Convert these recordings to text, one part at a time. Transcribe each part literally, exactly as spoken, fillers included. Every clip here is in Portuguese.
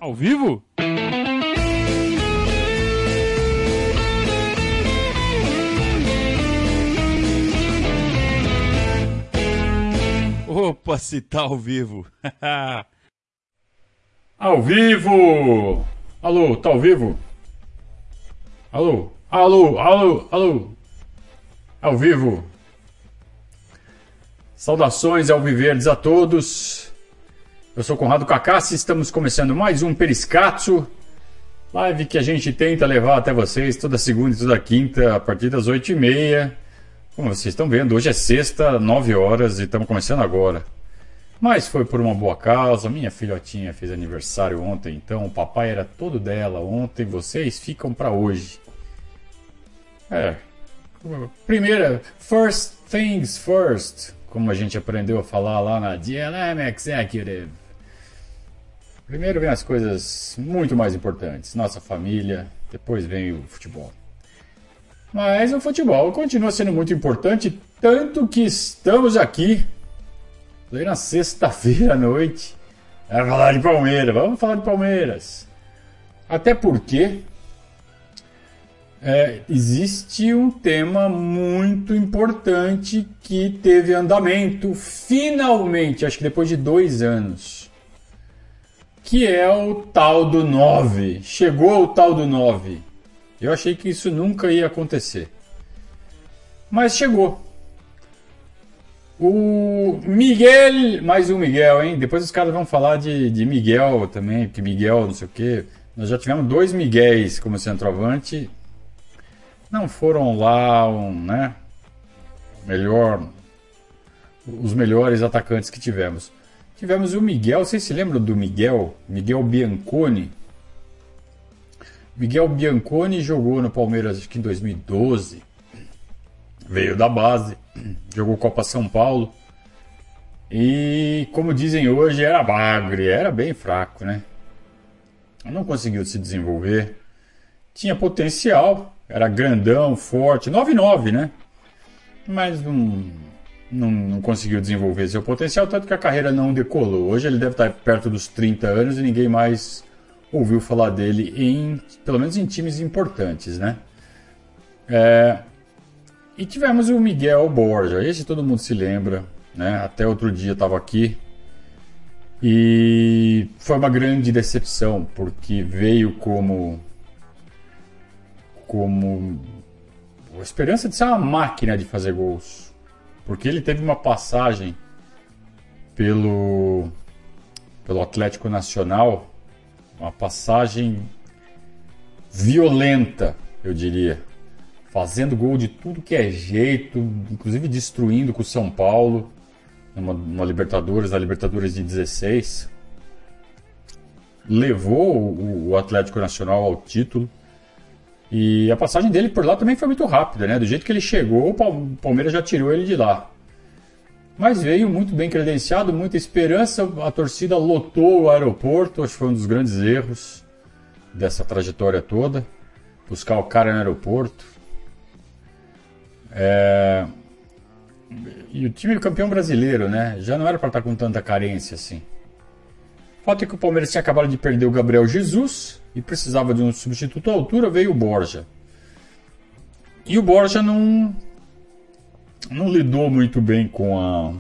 Ao vivo? Opa, se tá ao vivo. Ao vivo! Alô, tá ao vivo? Alô, alô, alô, alô. Ao vivo. Saudações alviverdes a todos. Eu sou Conrado Cacassi, estamos começando mais um Periscatso, live que a gente tenta levar até vocês toda segunda e toda quinta, a partir das oito e meia. Como vocês estão vendo, hoje é sexta, nove horas e estamos começando agora. Mas foi por uma boa causa, minha filhotinha fez aniversário ontem, então o papai era todo dela ontem, vocês ficam para hoje. É, primeira, first things first, como a gente aprendeu a falar lá na D L M Executive. Primeiro vem as coisas muito mais importantes, nossa família, depois vem o futebol. Mas o futebol continua sendo muito importante, tanto que estamos aqui, na sexta-feira à noite, para falar de Palmeiras, vamos falar de Palmeiras. Até porque é, existe um tema muito importante que teve andamento, finalmente, acho que depois de dois anos. Que é o tal do nove. Chegou o tal do nove. Eu achei que isso nunca ia acontecer. Mas chegou. O Miguel, mais um Miguel, hein? Depois os caras vão falar de, de Miguel também, que Miguel não sei o quê. Nós já tivemos dois Miguéis como centroavante. Não foram lá um, né? Melhor, os melhores atacantes que tivemos. Tivemos o Miguel, vocês se lembram do Miguel? Miguel Bianconi. Miguel Bianconi jogou no Palmeiras acho que em dois mil e doze. Veio da base, jogou Copa São Paulo. E como dizem hoje, era bagre, era bem fraco, né? Não conseguiu se desenvolver. Tinha potencial, era grandão, forte, nove nove, né? Mas não... Não, não conseguiu desenvolver seu potencial, tanto que a carreira não decolou. Hoje ele deve estar perto dos trinta anos e ninguém mais ouviu falar dele, em, pelo menos em times importantes, né? É, e tivemos o Miguel Borja, esse todo mundo se lembra, né? Até outro dia estava aqui. E foi uma grande decepção, porque veio como... como a esperança de ser uma máquina de fazer gols. Porque ele teve uma passagem pelo, pelo Atlético Nacional, uma passagem violenta, eu diria. Fazendo gol de tudo que é jeito, inclusive destruindo com o São Paulo, numa, numa Libertadores, na Libertadores de dezesseis. Levou o, o Atlético Nacional ao título. E a passagem dele por lá também foi muito rápida, né? Do jeito que ele chegou, o Palmeiras já tirou ele de lá. Mas veio muito bem credenciado, muita esperança. A torcida lotou o aeroporto, acho que foi um dos grandes erros dessa trajetória toda. Buscar o cara no aeroporto. É... E o time campeão brasileiro, né? Já não era para estar com tanta carência assim. O fato é que o Palmeiras tinha acabado de perder o Gabriel Jesus e precisava de um substituto à altura, veio o Borja. E o Borja não, não lidou muito bem com, a,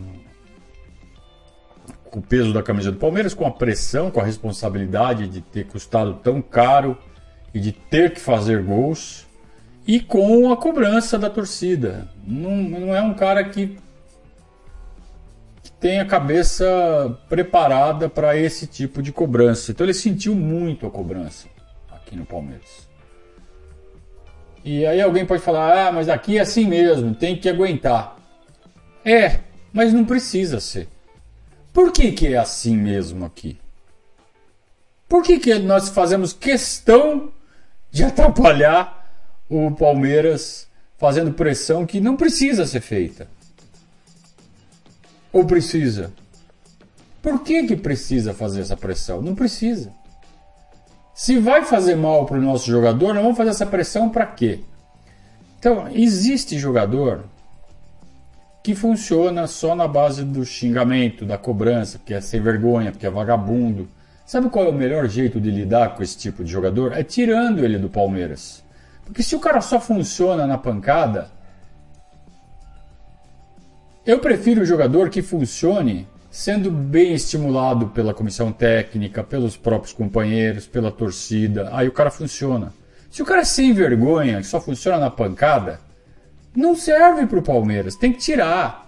com o peso da camisa do Palmeiras, com a pressão, com a responsabilidade de ter custado tão caro e de ter que fazer gols, e com a cobrança da torcida. Não, não é um cara que tem a cabeça preparada para esse tipo de cobrança. Então ele sentiu muito a cobrança aqui no Palmeiras. E aí alguém pode falar, ah, mas aqui é assim mesmo, tem que aguentar. É, mas não precisa ser. Por que que é assim mesmo aqui? Por que que nós fazemos questão de atrapalhar o Palmeiras fazendo pressão que não precisa ser feita? Ou precisa? Por que que precisa fazer essa pressão? Não precisa. Se vai fazer mal para o nosso jogador, nós vamos fazer essa pressão para quê? Então, existe jogador que funciona só na base do xingamento, da cobrança, porque é sem vergonha, porque é vagabundo. Sabe qual é o melhor jeito de lidar com esse tipo de jogador? É tirando ele do Palmeiras. Porque se o cara só funciona na pancada, eu prefiro o jogador que funcione sendo bem estimulado pela comissão técnica, pelos próprios companheiros, pela torcida. Aí o cara funciona. Se o cara é sem vergonha, que só funciona na pancada, não serve para o Palmeiras. Tem que tirar.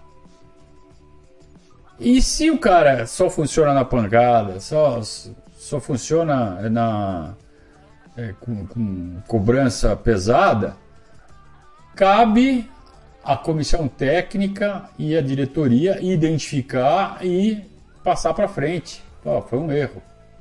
E se o cara só funciona na pancada, só, só funciona na, é, com, com cobrança pesada, cabe a comissão técnica e a diretoria identificar e passar para frente. Oh, foi um erro.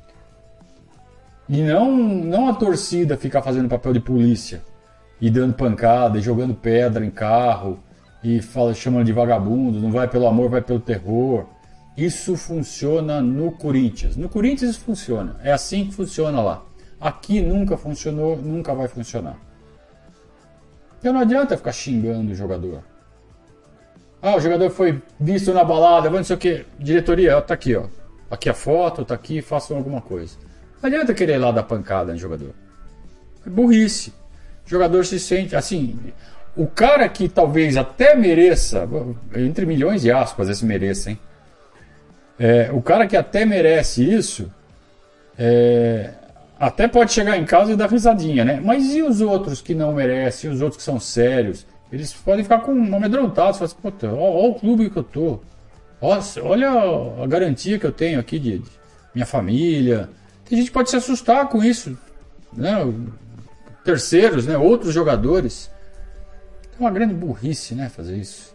E não, não a torcida ficar fazendo papel de polícia e dando pancada e jogando pedra em carro e fala, chamando de vagabundo, não vai pelo amor, vai pelo terror. Isso funciona no Corinthians. No Corinthians isso funciona. É assim que funciona lá. Aqui nunca funcionou, nunca vai funcionar. Então não adianta ficar xingando o jogador. Ah, o jogador foi visto na balada, não sei o que. Diretoria, ó, tá aqui, ó. Aqui a foto, tá aqui, façam alguma coisa. Não adianta querer ir lá dar pancada no jogador. É burrice. O jogador se sente, assim, o cara que talvez até mereça, entre milhões de aspas esse mereça, hein? É, o cara que até merece isso, é, até pode chegar em casa e dar risadinha, né? Mas e os outros que não merecem, os outros que são sérios? Eles podem ficar com amedrontados, falar assim, puta, olha o clube que eu tô. Nossa, olha a garantia que eu tenho aqui de, de minha família. Tem gente que pode se assustar com isso, né? Terceiros, né? Outros jogadores. É uma grande burrice, né? Fazer isso.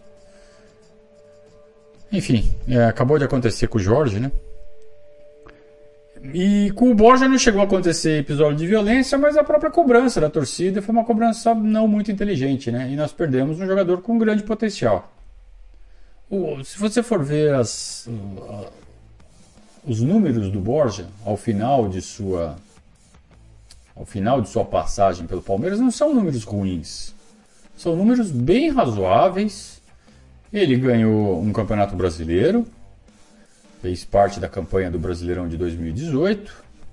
Enfim, é, acabou de acontecer com o Jorge, né? E com o Borja não chegou a acontecer episódio de violência, mas a própria cobrança da torcida foi uma cobrança não muito inteligente, né? E nós perdemos um jogador com grande potencial. O, se você for ver as, os números do Borja ao final de sua ao final de sua passagem pelo Palmeiras, não são números ruins. São números bem razoáveis. Ele ganhou um campeonato brasileiro. Fez parte da campanha do Brasileirão de dois mil e dezoito.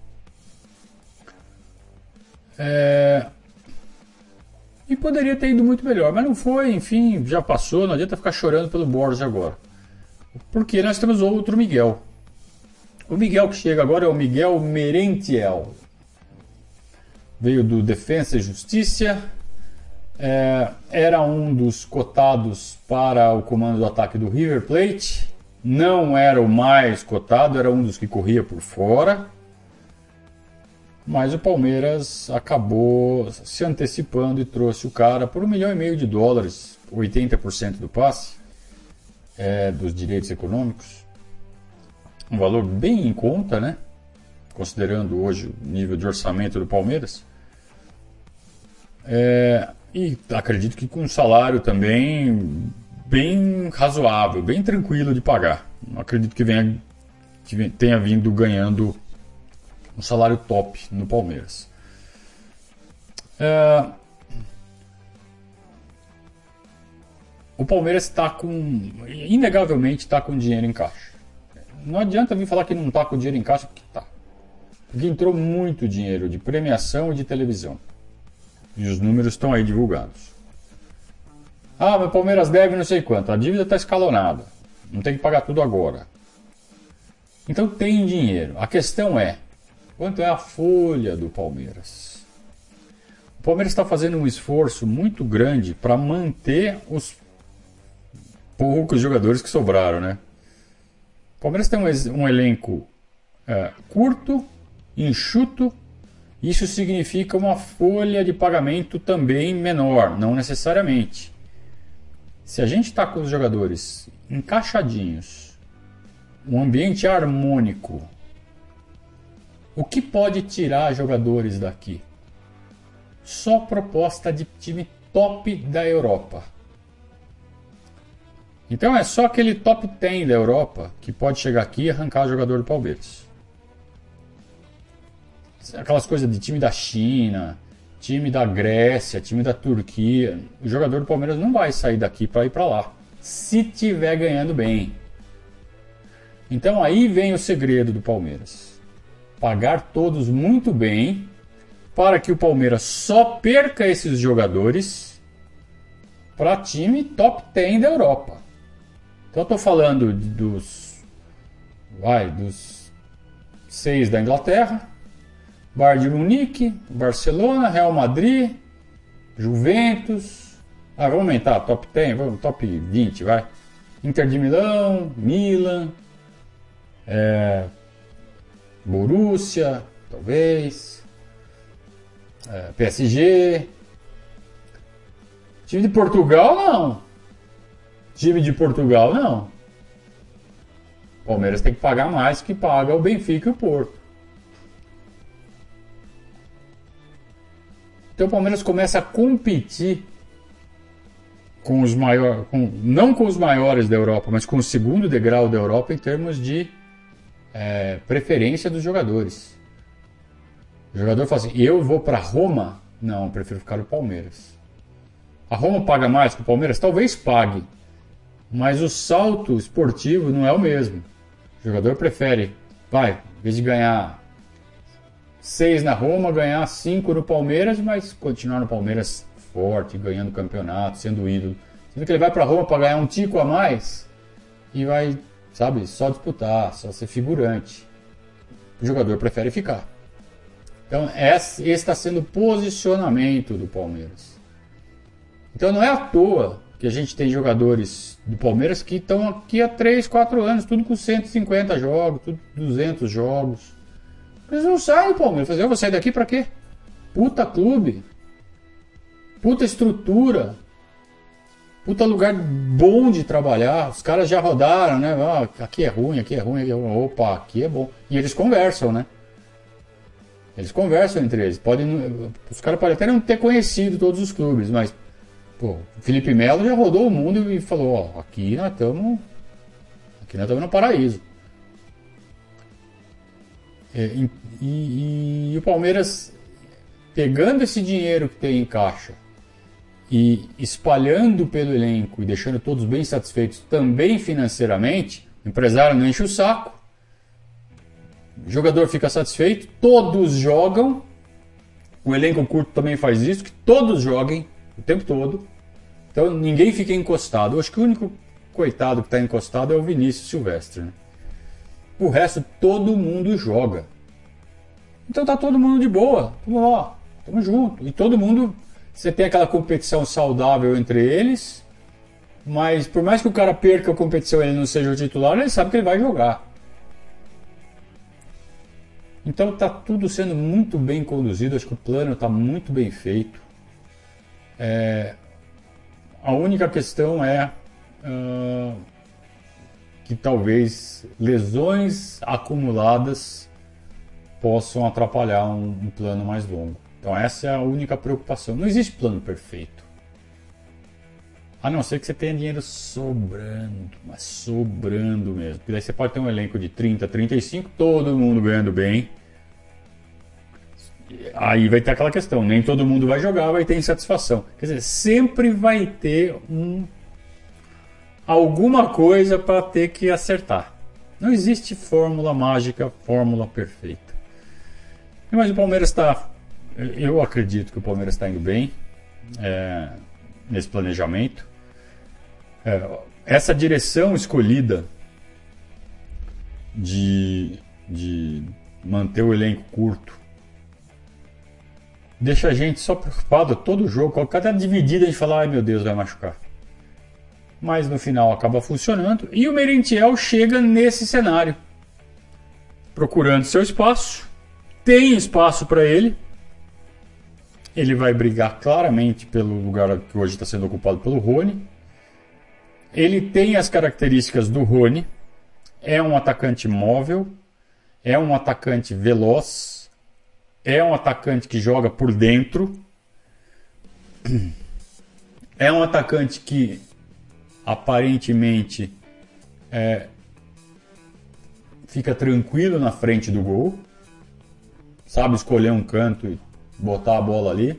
É... E poderia ter ido muito melhor, mas não foi, enfim, já passou, não adianta ficar chorando pelo Borja agora. Porque nós temos outro Miguel. O Miguel que chega agora é o Miguel Merentiel. Veio do Defensa e Justiça. É... Era um dos cotados para o comando do ataque do River Plate. Não era o mais cotado, era um dos que corria por fora. Mas o Palmeiras acabou se antecipando e trouxe o cara por um milhão e meio de dólares, oitenta por cento do passe, é, dos direitos econômicos. Um valor bem em conta, né? Considerando hoje o nível de orçamento do Palmeiras. É, e acredito que com um salário também bem razoável, bem tranquilo de pagar. Não acredito que, venha, que tenha vindo ganhando um salário top no Palmeiras. É, o Palmeiras está com, inegavelmente está com dinheiro em caixa. Não adianta vir falar que não está com dinheiro em caixa, porque está. Porque entrou muito dinheiro de premiação e de televisão. E os números estão aí divulgados. Ah, mas o Palmeiras deve não sei quanto. A dívida está escalonada. Não tem que pagar tudo agora. Então tem dinheiro. A questão é, quanto é a folha do Palmeiras? O Palmeiras está fazendo um esforço muito grande para manter os poucos jogadores que sobraram, né? O Palmeiras tem um, um elenco é, curto, enxuto. Isso significa uma folha de pagamento também menor, não necessariamente. Se a gente está com os jogadores encaixadinhos, um ambiente harmônico, o que pode tirar jogadores daqui? Só proposta de time top da Europa. Então é só aquele top dez da Europa que pode chegar aqui e arrancar jogador do Palmeiras. Aquelas coisas de time da China, time da Grécia, time da Turquia. O jogador do Palmeiras não vai sair daqui para ir para lá, se tiver ganhando bem. Então aí vem o segredo do Palmeiras. O pagar todos muito bem para que o Palmeiras só perca esses jogadores para time top dez da Europa. Então eu estou falando dos, vai, dos seis da Inglaterra, Bayern de Munique, Barcelona, Real Madrid, Juventus, ah, vamos aumentar, top dez, vamos, top vinte, vai. Inter de Milão, Milan, é, Borussia, talvez, é, P S G. Time de Portugal, não. Time de Portugal, não. O Palmeiras tem que pagar mais que paga o Benfica e o Porto. Então o Palmeiras começa a competir com os maiores, com, não com os maiores da Europa, mas com o segundo degrau da Europa em termos de é, preferência dos jogadores. O jogador fala assim, eu vou para Roma? Não, eu prefiro ficar no Palmeiras. A Roma paga mais que o Palmeiras? Talvez pague, mas o salto esportivo não é o mesmo. O jogador prefere, vai, em vez de ganhar seis na Roma, ganhar cinco no Palmeiras, mas continuar no Palmeiras forte, ganhando campeonato, sendo ídolo. Sendo que ele vai para Roma para ganhar um tico a mais e vai, sabe, só disputar, só ser figurante. O jogador prefere ficar. Então esse está sendo o posicionamento do Palmeiras. Então não é à toa que a gente tem jogadores do Palmeiras que estão aqui há três, quatro anos, tudo com cento e cinquenta jogos, tudo duzentos jogos. Eles não saem do Palmeiras. Eu vou sair daqui pra quê? Puta clube. Puta estrutura. Puta lugar bom de trabalhar. Os caras já rodaram, né? Ah, aqui é ruim, aqui é ruim, aqui é ruim. Opa, aqui é bom. E eles conversam, né? Eles conversam entre eles. Podem, os caras podem até não ter conhecido todos os clubes, mas pô, o Felipe Melo já rodou o mundo e falou, ó, aqui nós estamos aqui nós estamos no paraíso. É, e, e, e o Palmeiras, pegando esse dinheiro que tem em caixa e espalhando pelo elenco e deixando todos bem satisfeitos também financeiramente, o empresário não enche o saco, o jogador fica satisfeito, todos jogam, o elenco curto também faz isso, que todos joguem o tempo todo, então ninguém fica encostado. Eu acho que o único coitado que está encostado é o Vinícius Silvestre, né? O resto, todo mundo joga. Então tá todo mundo de boa. Tamo lá, tamo junto. E todo mundo, você tem aquela competição saudável entre eles, mas por mais que o cara perca a competição e ele não seja o titular, ele sabe que ele vai jogar. Então tá tudo sendo muito bem conduzido. Acho que o plano está muito bem feito. É, a única questão é... Uh, que talvez lesões acumuladas possam atrapalhar um, um plano mais longo. Então essa é a única preocupação. Não existe plano perfeito. A não ser que você tenha dinheiro sobrando, mas sobrando mesmo. Porque daí você pode ter um elenco de trinta, trinta e cinco, todo mundo ganhando bem. Aí vai ter aquela questão, nem todo mundo vai jogar, vai ter insatisfação. Quer dizer, sempre vai ter um alguma coisa para ter que acertar. Não existe fórmula mágica, fórmula perfeita. Mas o Palmeiras está... Eu acredito que o Palmeiras está indo bem é, nesse planejamento. É, essa direção escolhida de, de manter o elenco curto deixa a gente só preocupado todo jogo. Cada dividida a gente fala, ai meu Deus, vai machucar. Mas no final acaba funcionando e o Merentiel chega nesse cenário, procurando seu espaço, tem espaço para ele, ele vai brigar claramente pelo lugar que hoje está sendo ocupado pelo Rony, ele tem as características do Rony, é um atacante móvel, é um atacante veloz, é um atacante que joga por dentro, é um atacante que aparentemente é, fica tranquilo na frente do gol, sabe escolher um canto e botar a bola ali,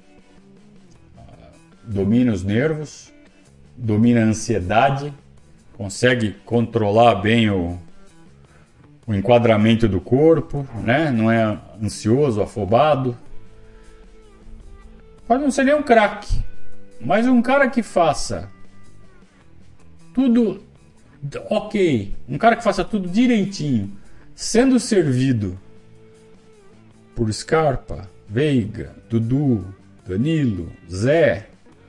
domina os nervos, domina a ansiedade, consegue controlar bem o, o enquadramento do corpo, né? Não é ansioso, afobado. Pode não ser nem um craque, mas um cara que faça tudo ok, um cara que faça tudo direitinho, sendo servido por Scarpa, Veiga, Dudu, Danilo, Zé,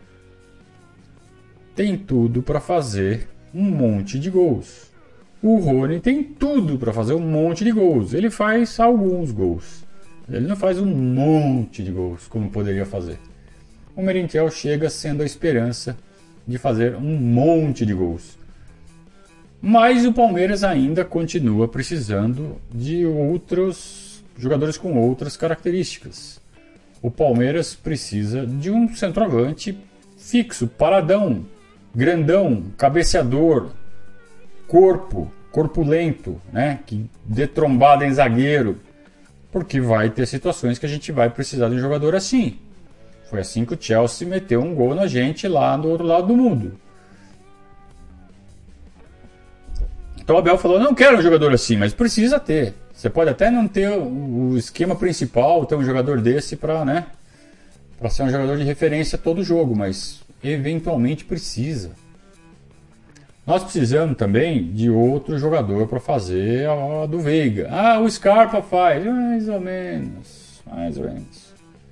tem tudo para fazer um monte de gols. O Rony tem tudo para fazer um monte de gols. Ele faz alguns gols. Ele não faz um monte de gols como poderia fazer. O Merentiel chega sendo a esperança de fazer um monte de gols. Mas o Palmeiras ainda continua precisando de outros jogadores com outras características. O Palmeiras precisa de um centroavante fixo, paradão, grandão, cabeceador, corpo, corpulento, né? Que dê trombada em zagueiro. Porque vai ter situações que a gente vai precisar de um jogador assim. Foi assim que o Chelsea meteu um gol na gente lá do outro lado do mundo. Então o Abel falou, não quero um jogador assim, mas precisa ter. Você pode até não ter o esquema principal, ter um jogador desse para, né, para ser um jogador de referência todo jogo, mas eventualmente precisa. Nós precisamos também de outro jogador para fazer a do Veiga. Ah, o Scarpa faz, mais ou menos, mais ou menos.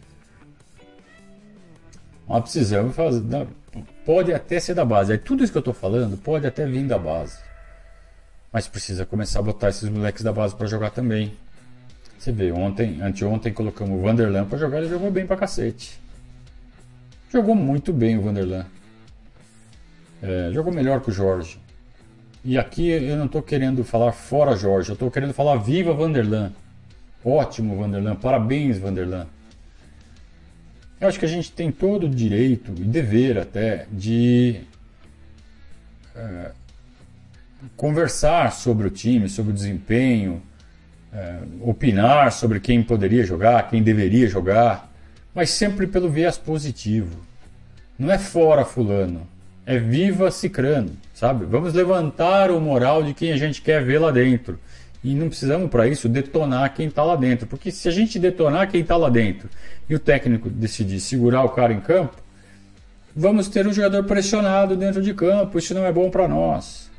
Nós precisamos fazer, pode até ser da base. Aí tudo isso que eu estou falando pode até vir da base. Mas precisa começar a botar esses moleques da base para jogar também. Você vê, ontem, anteontem colocamos o Vanderlan para jogar, ele jogou bem pra cacete. Jogou muito bem o Vanderlan. É, jogou melhor que o Jorge. E aqui eu não estou querendo falar fora Jorge, eu estou querendo falar viva Vanderlan. Ótimo Vanderlan, parabéns Vanderlan. Eu acho que a gente tem todo o direito e dever até de é, conversar sobre o time, sobre o desempenho, é, opinar sobre quem poderia jogar, quem deveria jogar, mas sempre pelo viés positivo. Não é fora fulano, é viva cicrano, sabe? Vamos levantar o moral de quem a gente quer ver lá dentro. E não precisamos, para isso, detonar quem está lá dentro. Porque se a gente detonar quem está lá dentro e o técnico decidir segurar o cara em campo, vamos ter um jogador pressionado dentro de campo. Isso não é bom para nós.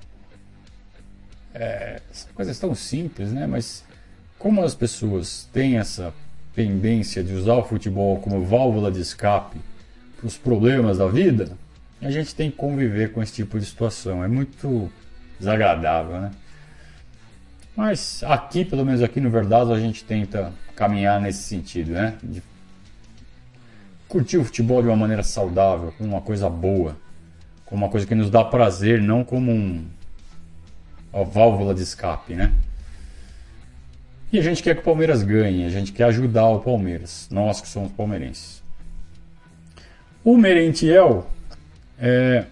É, são coisas tão simples, né? Mas como as pessoas têm essa tendência de usar o futebol como válvula de escape para os problemas da vida, a gente tem que conviver com esse tipo de situação. É muito desagradável, né? Mas aqui, pelo menos aqui no Verdazo, a gente tenta caminhar nesse sentido, né? De curtir o futebol de uma maneira saudável, como uma coisa boa, como uma coisa que nos dá prazer, não como um, uma válvula de escape, né? E a gente quer que o Palmeiras ganhe, a gente quer ajudar o Palmeiras, nós que somos palmeirenses. O Merentiel, é...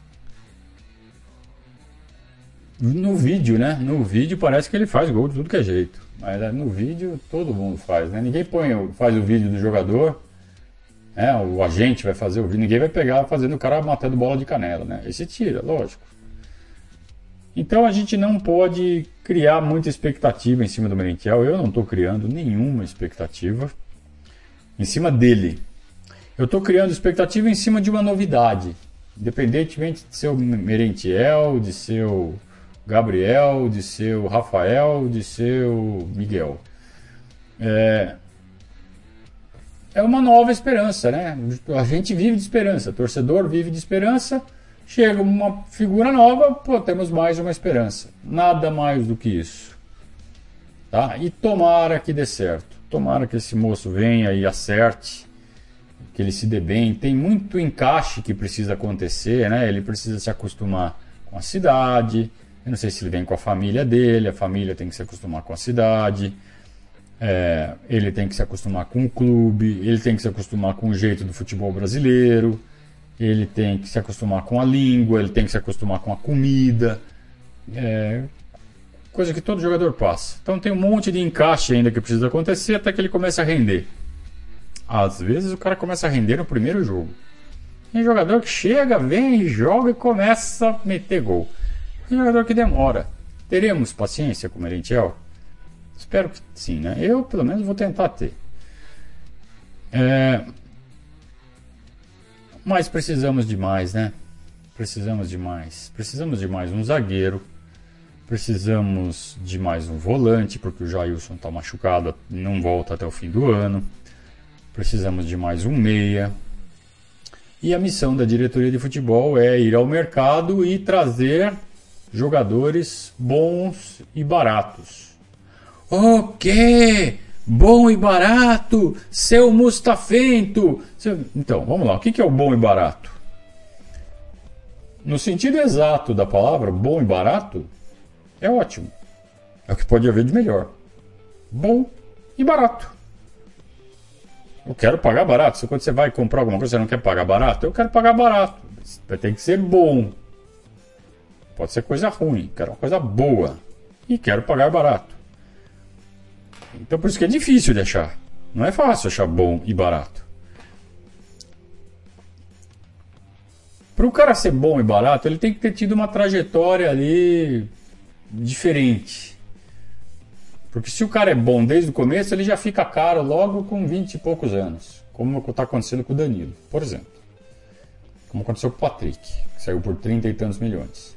no vídeo, né? No vídeo parece que ele faz gol de tudo que é jeito. Mas no vídeo todo mundo faz, né? Ninguém põe, faz o vídeo do jogador, né? O agente vai fazer o vídeo, ninguém vai pegar fazendo o cara matando bola de canela, né? Esse tira, lógico. Então a gente não pode criar muita expectativa em cima do Merentiel. Eu não estou criando nenhuma expectativa em cima dele. Eu estou criando expectativa em cima de uma novidade. Independentemente de ser o Merentiel, de ser o Gabriel, de ser o Rafael, de ser o Miguel. É, é uma nova esperança, né? A gente vive de esperança, o torcedor vive de esperança. Chega uma figura nova, pô, temos mais uma esperança. Nada mais do que isso. Tá? E tomara que dê certo. Tomara que esse moço venha e acerte, que ele se dê bem. Tem muito encaixe que precisa acontecer, né? Ele precisa se acostumar com a cidade. Eu não sei se ele vem com a família dele, a família tem que se acostumar com a cidade. É, ele tem que se acostumar com o clube, ele tem que se acostumar com o jeito do futebol brasileiro. Ele tem que se acostumar com a língua, ele tem que se acostumar com a comida, é, coisa que todo jogador passa. Então tem um monte de encaixe ainda que precisa acontecer até que ele comece a render. Às vezes o cara começa a render no primeiro jogo. Tem jogador que chega, vem, joga e começa a meter gol. Tem jogador que demora. Teremos paciência com o Merentiel? Espero que sim, né? Eu, pelo menos, vou tentar ter. É... Mas precisamos de mais, né? Precisamos de mais. Precisamos de mais um zagueiro. Precisamos de mais um volante, porque o Jailson está machucado, não volta até o fim do ano. Precisamos de mais um meia. E a missão da diretoria de futebol é ir ao mercado e trazer jogadores bons e baratos. O quê? Bom e barato? Seu Mustafento? Seu... Então, vamos lá. O que é o bom e barato? No sentido exato da palavra, bom e barato, é ótimo. É o que pode haver de melhor. Bom e barato. Eu quero pagar barato. Se quando você vai comprar alguma coisa, você não quer pagar barato? Eu quero pagar barato. Tem que ser bom. Pode ser coisa ruim. Quero uma coisa boa. E quero pagar barato. Então por isso que é difícil de achar. Não é fácil achar bom e barato. Para o cara ser bom e barato, ele tem que ter tido uma trajetória ali diferente. Porque se o cara é bom desde o começo, ele já fica caro logo com vinte e poucos anos. Como está acontecendo com o Danilo, por exemplo. Como aconteceu com o Patrick, que saiu por trinta e tantos milhões.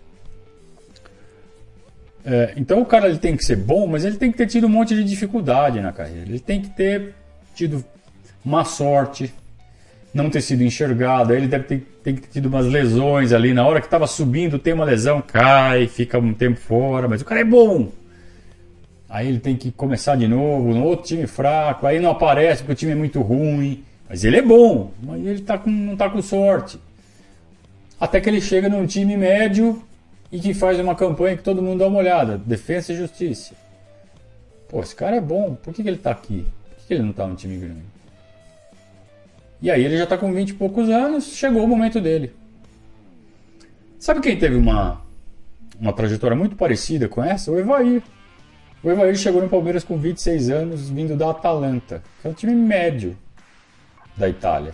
É, então o cara ele tem que ser bom, mas ele tem que ter tido um monte de dificuldade na carreira. Ele tem que ter tido má sorte, não ter sido enxergado. Ele deve ter, ter tido umas lesões ali. Na hora que estava subindo, tem uma lesão, cai, fica um tempo fora. Mas o cara é bom. Aí ele tem que começar de novo, no outro time fraco. Aí não aparece porque o time é muito ruim. Mas ele é bom, mas ele tá com, não está com sorte. Até que ele chega num time médio e que faz uma campanha que todo mundo dá uma olhada. Defesa e Justiça. Pô, esse cara é bom. Por que, que ele está aqui? Por que ele não está num time grande? E aí ele já está com vinte e poucos anos, chegou o momento dele. Sabe quem teve uma, uma trajetória muito parecida com essa? O Evair. O Evair chegou no Palmeiras com vinte e seis anos, vindo da Atalanta, que é um time médio da Itália.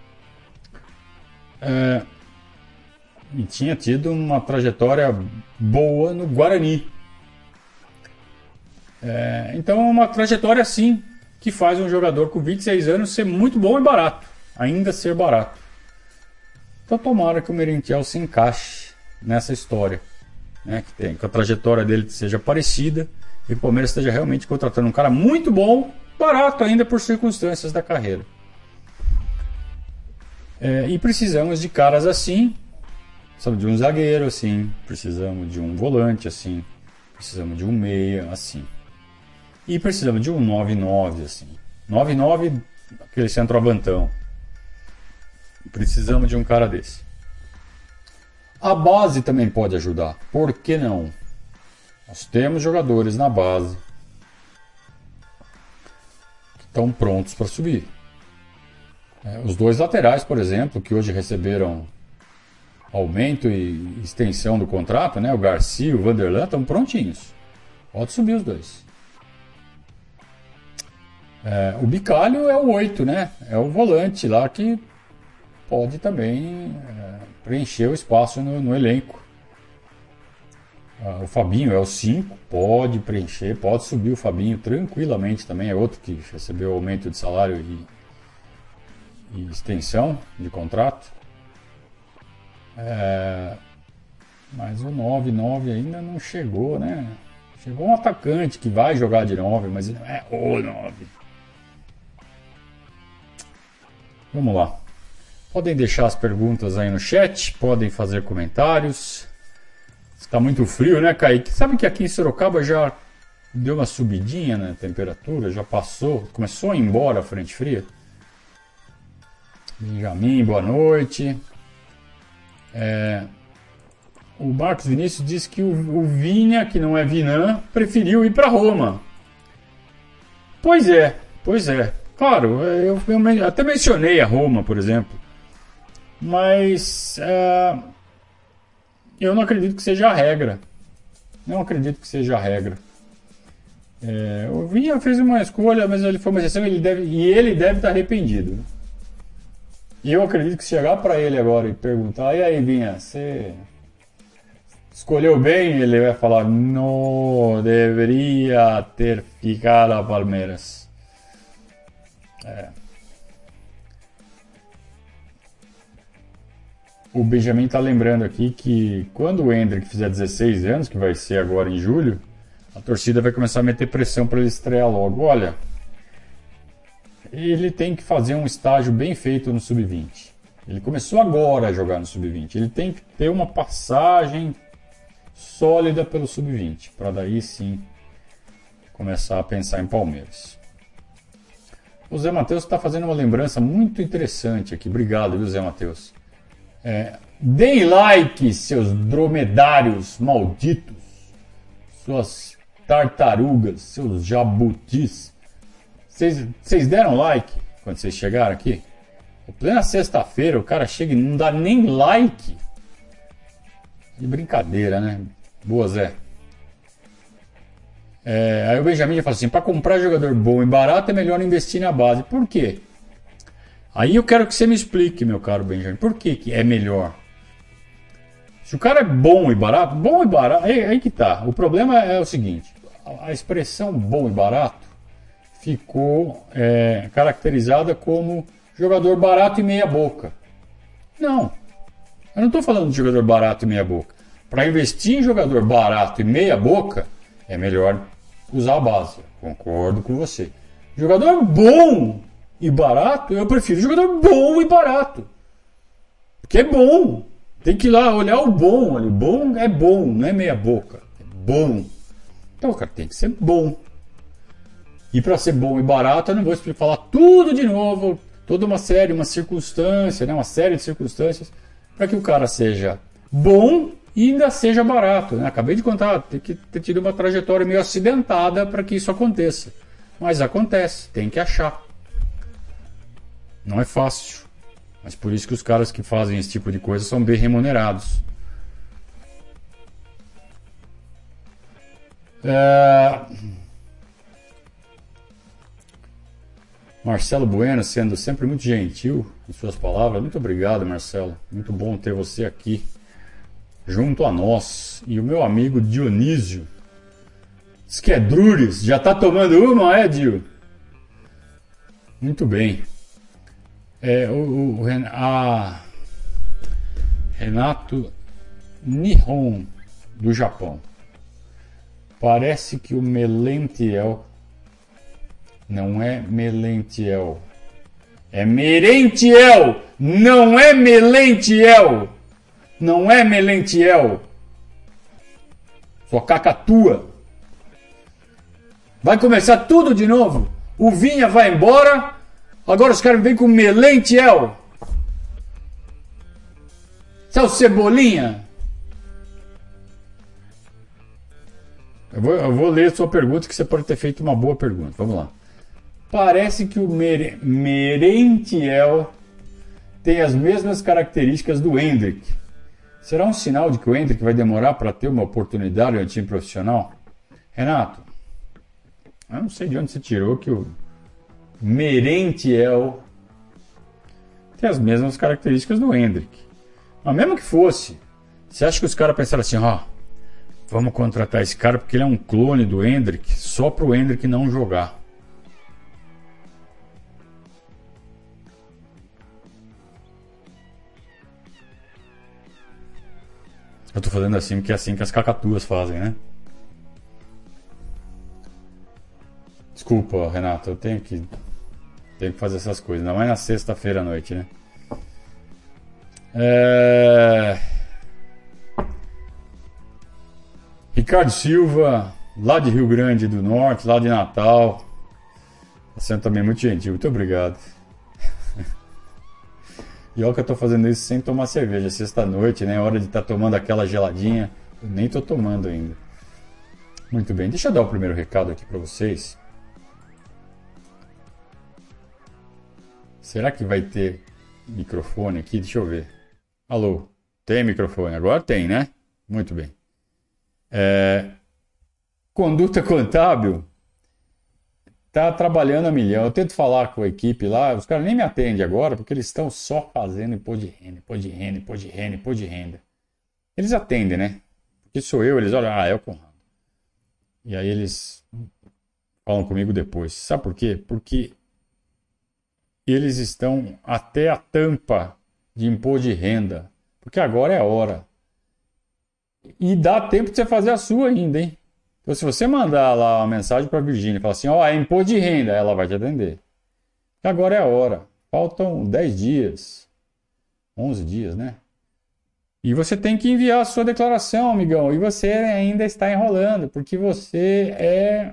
É, e tinha tido uma trajetória boa no Guarani. É, então é uma trajetória assim que faz um jogador com vinte e seis anos ser muito bom e barato, ainda ser barato. Então tomara que o Merentiel se encaixe nessa história, né, que, tem, que a trajetória dele seja parecida e o Palmeiras esteja realmente contratando um cara muito bom, barato ainda por circunstâncias da carreira. É, e precisamos de caras assim, precisamos de um zagueiro assim, precisamos de um volante assim, precisamos de um meia assim. E precisamos de um nove nove assim. nove nove, aquele centroavantão. Precisamos de um cara desse. A base também pode ajudar. Por que não? Nós temos jogadores na base que estão prontos para subir. É, os dois laterais, por exemplo, que hoje receberam aumento e extensão do contrato, né? O Garcia e o Vanderlan estão prontinhos. Pode subir os dois. É, o Bicalho é o oito, né? É o volante lá que pode também é, preencher o espaço no, no elenco. Ah, o Fabinho é o cinco, pode preencher, pode subir o Fabinho tranquilamente também. É outro que recebeu aumento de salário e, e extensão de contrato. É, mas o nove nove ainda não chegou, né? Chegou um atacante que vai jogar de nove, mas não é o nove. Vamos lá. Podem deixar as perguntas aí no chat, podem fazer comentários. Está muito frio, né, Kaique? Sabe que aqui em Sorocaba já deu uma subidinha na temperatura, já passou, começou a ir embora a frente fria. Benjamin, boa noite. É, o Marcos Vinícius disse que o, o Vinha, que não é Vinan, preferiu ir para Roma. Pois é, pois é. Claro, eu, eu até mencionei a Roma, por exemplo. Mas é, eu não acredito que seja a regra. Não acredito que seja a regra. É, o Vinha fez uma escolha, mas ele foi uma exceção ele deve, e ele deve estar arrependido. E eu acredito que se chegar para ele agora e perguntar: e aí, Vinha, você escolheu bem, ele vai falar, não deveria ter ficado a Palmeiras. É. O Benjamin está lembrando aqui que quando o Endrick fizer dezesseis anos, que vai ser agora em julho, a torcida vai começar a meter pressão para ele estrear logo. Olha, ele tem que fazer um estágio bem feito no sub vinte. Ele começou agora a jogar no sub vinte. Ele tem que ter uma passagem sólida pelo sub vinte, para daí sim começar a pensar em Palmeiras. O Zé Matheus está fazendo uma lembrança muito interessante aqui. Obrigado, viu, Zé Matheus? É, deem like, seus dromedários malditos, suas tartarugas, seus jabutis. Vocês deram like quando vocês chegaram aqui? Em plena sexta-feira o cara chega e não dá nem like. De brincadeira, né? Boa, Zé. É, aí o Benjamin já fala assim, para comprar jogador bom e barato é melhor investir na base. Por quê? Aí eu quero que você me explique, meu caro Benjamin, por que, que é melhor? Se o cara é bom e barato, bom e barato, aí, aí que tá. O problema é o seguinte, a, a expressão bom e barato ficou é, caracterizada como jogador barato e meia boca. Não, eu não estou falando de jogador barato e meia boca. Para investir em jogador barato e meia boca, é melhor usar a base. Concordo com você. Jogador bom e barato, eu prefiro jogador bom e barato. Porque é bom. Tem que ir lá olhar o bom ali. Bom é bom, não é meia boca. É bom. Então, cara, tem que ser bom. E para ser bom e barato, eu não vou falar tudo de novo. Toda uma série, uma circunstância, né? Uma série de circunstâncias para que o cara seja bom e ainda seja barato. Né? Acabei de contar, tem que ter tido uma trajetória meio acidentada para que isso aconteça. Mas acontece, tem que achar. Não é fácil. Mas por isso que os caras que fazem esse tipo de coisa são bem remunerados. É... Marcelo Bueno sendo sempre muito gentil em suas palavras. Muito obrigado, Marcelo. Muito bom ter você aqui junto a nós. E o meu amigo Dionísio Skedrures. Já tá tomando uma, é, Dio? Muito bem. É, o, o a Renato Nihon, do Japão. Parece que o Melentiel não é Melentiel. É Merentiel! Não é Melentiel! Não é Melentiel! Sua cacatua! Vai começar tudo de novo. O Vinha vai embora. Agora os caras vêm com Melentiel. Seu Cebolinha. Eu vou, eu vou ler a sua pergunta, que você pode ter feito uma boa pergunta. Vamos lá. Parece que o Mere, Merentiel tem as mesmas características do Endrick. Será um sinal de que o Endrick vai demorar para ter uma oportunidade no time profissional? Renato, eu não sei de onde você tirou que o Merentiel tem as mesmas características do Endrick. Mas mesmo que fosse, você acha que os caras pensaram assim, ó, vamos contratar esse cara porque ele é um clone do Endrick, só para o Endrick não jogar? Eu tô fazendo assim porque é assim que as cacatuas fazem, né? Desculpa, Renato, eu tenho que, tenho que fazer essas coisas, ainda mais na sexta-feira à noite, né? É... Ricardo Silva, lá de Rio Grande do Norte, lá de Natal. Você é também muito gentil, muito obrigado. E olha que eu tô fazendo isso sem tomar cerveja, sexta-noite, né? Hora de estar tá tomando aquela geladinha. Eu nem tô tomando ainda. Muito bem, deixa eu dar o primeiro recado aqui para vocês. Será que vai ter microfone aqui? Deixa eu ver. Alô, tem microfone? Agora tem, né? Muito bem. É... Conduta Contábil tá trabalhando a milhão. Eu tento falar com a equipe lá, os caras nem me atendem agora, porque eles estão só fazendo imposto de renda, imposto de renda, imposto de renda, imposto de renda. Eles atendem, né? Porque aqui sou eu. Eles olham, ah, é o Conrado. E aí eles falam comigo depois. Sabe por quê? Porque eles estão até a tampa de imposto de renda. Porque agora é a hora. E dá tempo de você fazer a sua ainda, hein? Então, se você mandar lá uma mensagem para a Virgínia e falar assim, ó, oh, é imposto de renda, ela vai te atender. E agora é a hora. Faltam dez dias. onze dias, né? E você tem que enviar a sua declaração, amigão. E você ainda está enrolando, porque você é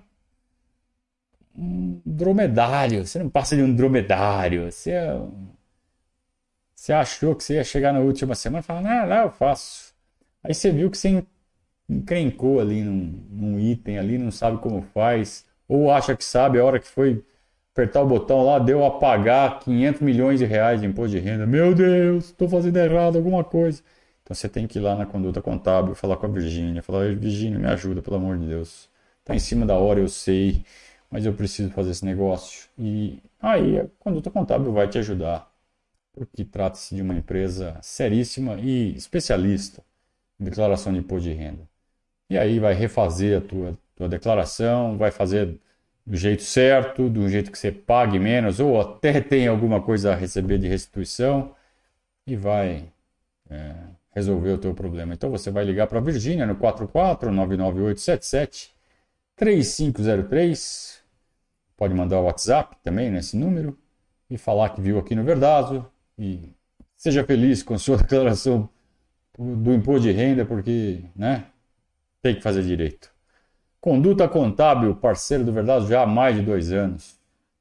um dromedário. Você não passa de um dromedário. Você, é... você achou que você ia chegar na última semana e falar, não, não, eu faço. Aí você viu que você encrencou ali num, num item ali, não sabe como faz. Ou acha que sabe, a hora que foi apertar o botão lá, deu a pagar quinhentos milhões de reais de imposto de renda. Meu Deus, estou fazendo errado alguma coisa. Então você tem que ir lá na conduta contábil, falar com a Virgínia, falar, Virgínia, me ajuda, pelo amor de Deus. Tá em cima da hora, eu sei, mas eu preciso fazer esse negócio. E aí a conduta contábil vai te ajudar, porque trata-se de uma empresa seríssima e especialista em declaração de imposto de renda. E aí vai refazer a tua, tua declaração, vai fazer do jeito certo, do jeito que você pague menos, ou até tem alguma coisa a receber de restituição, e vai... É, resolver o teu problema. Então você vai ligar para a Virgínia no quatro quatro nove nove oito sete sete três cinco zero três. Pode mandar o WhatsApp também nesse número e falar que viu aqui no Verdazo e seja feliz com a sua declaração do imposto de renda, porque, né, tem que fazer direito. Conduta Contábil, parceiro do Verdazo já há mais de dois anos.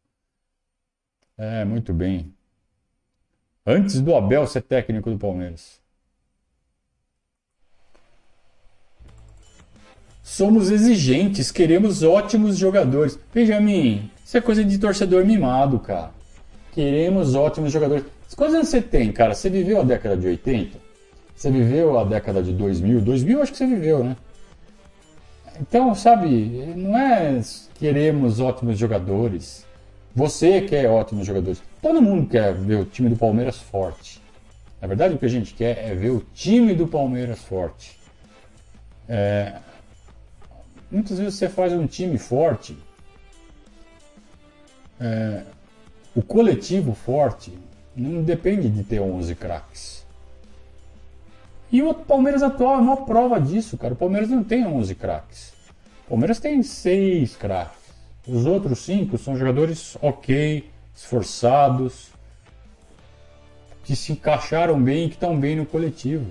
É, muito bem. Antes do Abel ser técnico do Palmeiras. Somos exigentes, queremos ótimos jogadores. Benjamin, isso é coisa de torcedor mimado, cara. Queremos ótimos jogadores. Quantos anos você tem, cara? Você viveu a década de oitenta? Você viveu a década de dois mil? dois mil acho que você viveu, né? Então, sabe, não é queremos ótimos jogadores. Você quer ótimos jogadores. Todo mundo quer ver o time do Palmeiras forte. Na verdade, o que a gente quer é ver o time do Palmeiras forte. É... Muitas vezes você faz um time forte, é, o coletivo forte não depende de ter onze craques. E o Palmeiras atual é uma prova disso, cara. O Palmeiras não tem onze craques. O Palmeiras tem seis craques. Os outros cinco são jogadores ok, esforçados, que se encaixaram bem e que estão bem no coletivo.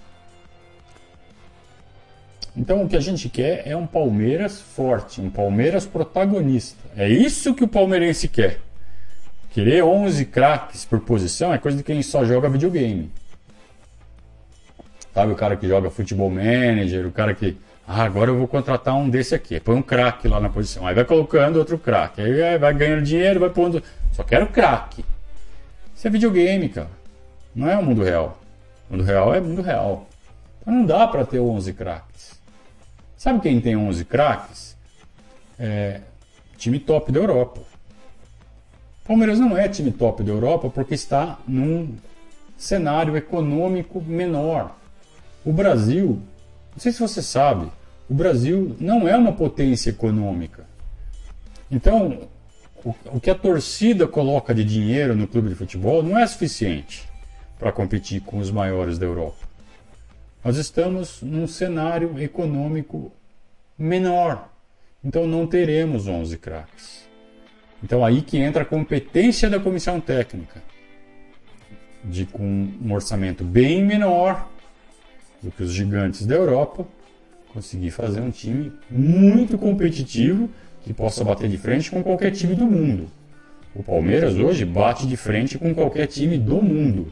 Então o que a gente quer é um Palmeiras forte, um Palmeiras protagonista. É isso que o palmeirense quer. Querer onze craques por posição é coisa de quem só joga videogame. Sabe, o cara que joga futebol manager, o cara que... Ah, agora eu vou contratar um desse aqui. Põe um craque lá na posição. Aí vai colocando outro craque. Aí vai ganhando dinheiro, vai pondo... Só quero craque. Isso é videogame, cara. Não é o mundo real. O mundo real é mundo real. Então não dá pra ter onze craques. Sabe quem tem onze craques? É time top da Europa. O Palmeiras não é time top da Europa porque está num cenário econômico menor. O Brasil, não sei se você sabe, o Brasil não é uma potência econômica. Então, o, o que a torcida coloca de dinheiro no clube de futebol não é suficiente para competir com os maiores da Europa. Nós estamos num cenário econômico menor. Então não teremos onze craques. Então aí que entra a competência da comissão técnica. De com um orçamento bem menor do que os gigantes da Europa, conseguir fazer um time muito competitivo que possa bater de frente com qualquer time do mundo. O Palmeiras hoje bate de frente com qualquer time do mundo.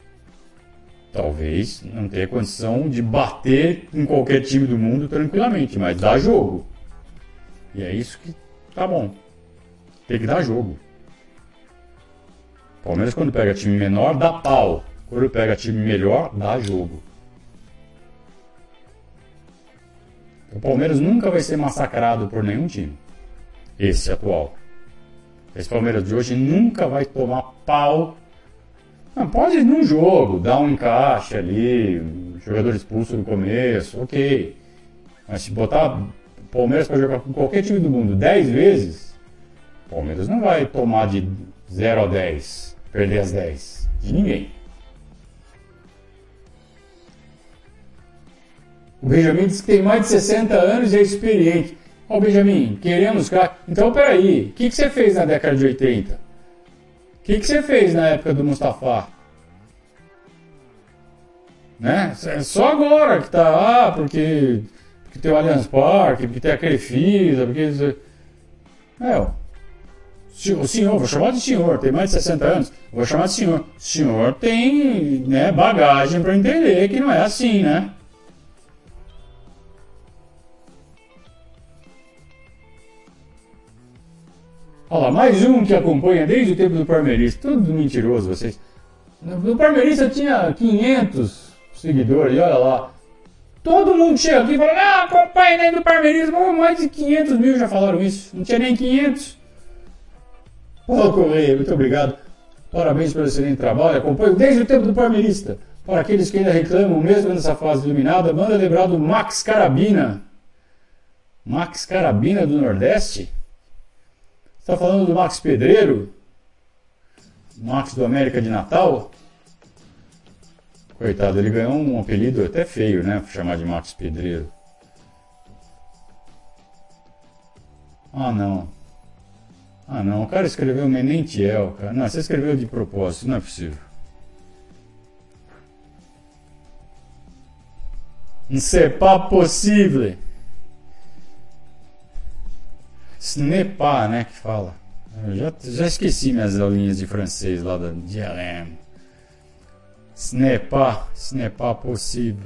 Talvez não tenha condição de bater em qualquer time do mundo tranquilamente, mas dá jogo. E é isso que tá bom. Tem que dar jogo. O Palmeiras, quando pega time menor, dá pau. Quando pega time melhor, dá jogo. O Palmeiras nunca vai ser massacrado por nenhum time. Esse atual. Esse Palmeiras de hoje nunca vai tomar pau. Não, pode ir num jogo, dar um encaixe ali, jogador expulso no começo, ok. Mas se botar o Palmeiras para jogar com qualquer time do mundo dez vezes, o Palmeiras não vai tomar de zero a dez, perder as dez. De ninguém. O Benjamin diz que tem mais de sessenta anos e é experiente. Ó, Benjamin, queremos... Então, peraí, o que, que você fez na década de oitenta? O que, que você fez na época do Mustafa? Né? Só agora que tá... Ah, porque, porque tem o Allianz Parque, porque tem a Crefisa, porque... É, ó. O senhor, vou chamar de senhor, tem mais de sessenta anos, vou chamar de senhor. O senhor tem, né, bagagem para entender que não é assim, né? Olha lá, mais um que acompanha desde o tempo do Parmeirista. Tudo mentiroso vocês. No Parmeirista tinha quinhentos seguidores, olha lá. Todo mundo chega aqui e fala, ah, acompanha dentro do Parmeirista. Oh, mais de quinhentos mil já falaram isso. Não tinha nem quinhentos. Paulo Correia, muito obrigado. Parabéns pelo excelente trabalho. Acompanho desde o tempo do Parmeirista. Para aqueles que ainda reclamam, mesmo nessa fase iluminada, manda lembrar do Max Carabina. Max Carabina do Nordeste? Você está falando do Max Pedreiro? Max do América de Natal? Coitado, ele ganhou um apelido até feio, né? Chamar de Max Pedreiro. Ah, não. Ah, não. O cara escreveu Menentiel, cara. Não, você escreveu de propósito. Não é possível. Não é pas possível. Ce n'est pas, né, que fala. Eu já, já esqueci minhas aulinhas de francês lá da D L M. Ce n'est pas, ce n'est pas possível.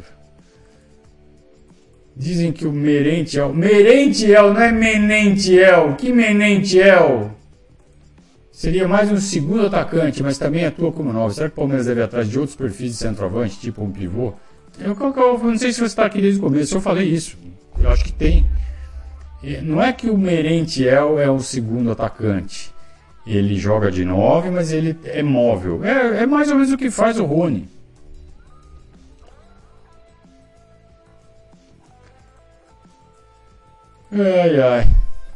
Dizem que o Merentiel... Merentiel, não é Menentiel. Que Menentiel? Seria mais um segundo atacante, mas também atua como nove. Será que o Palmeiras deve ir atrás de outros perfis de centroavante, tipo um pivô? Eu, eu, eu não sei se você está aqui desde o começo, eu falei isso. Eu acho que tem. Não é que o Merentiel é um segundo atacante. Ele joga de nove, mas ele é móvel. É, é mais ou menos o que faz o Rony. Ai, ai.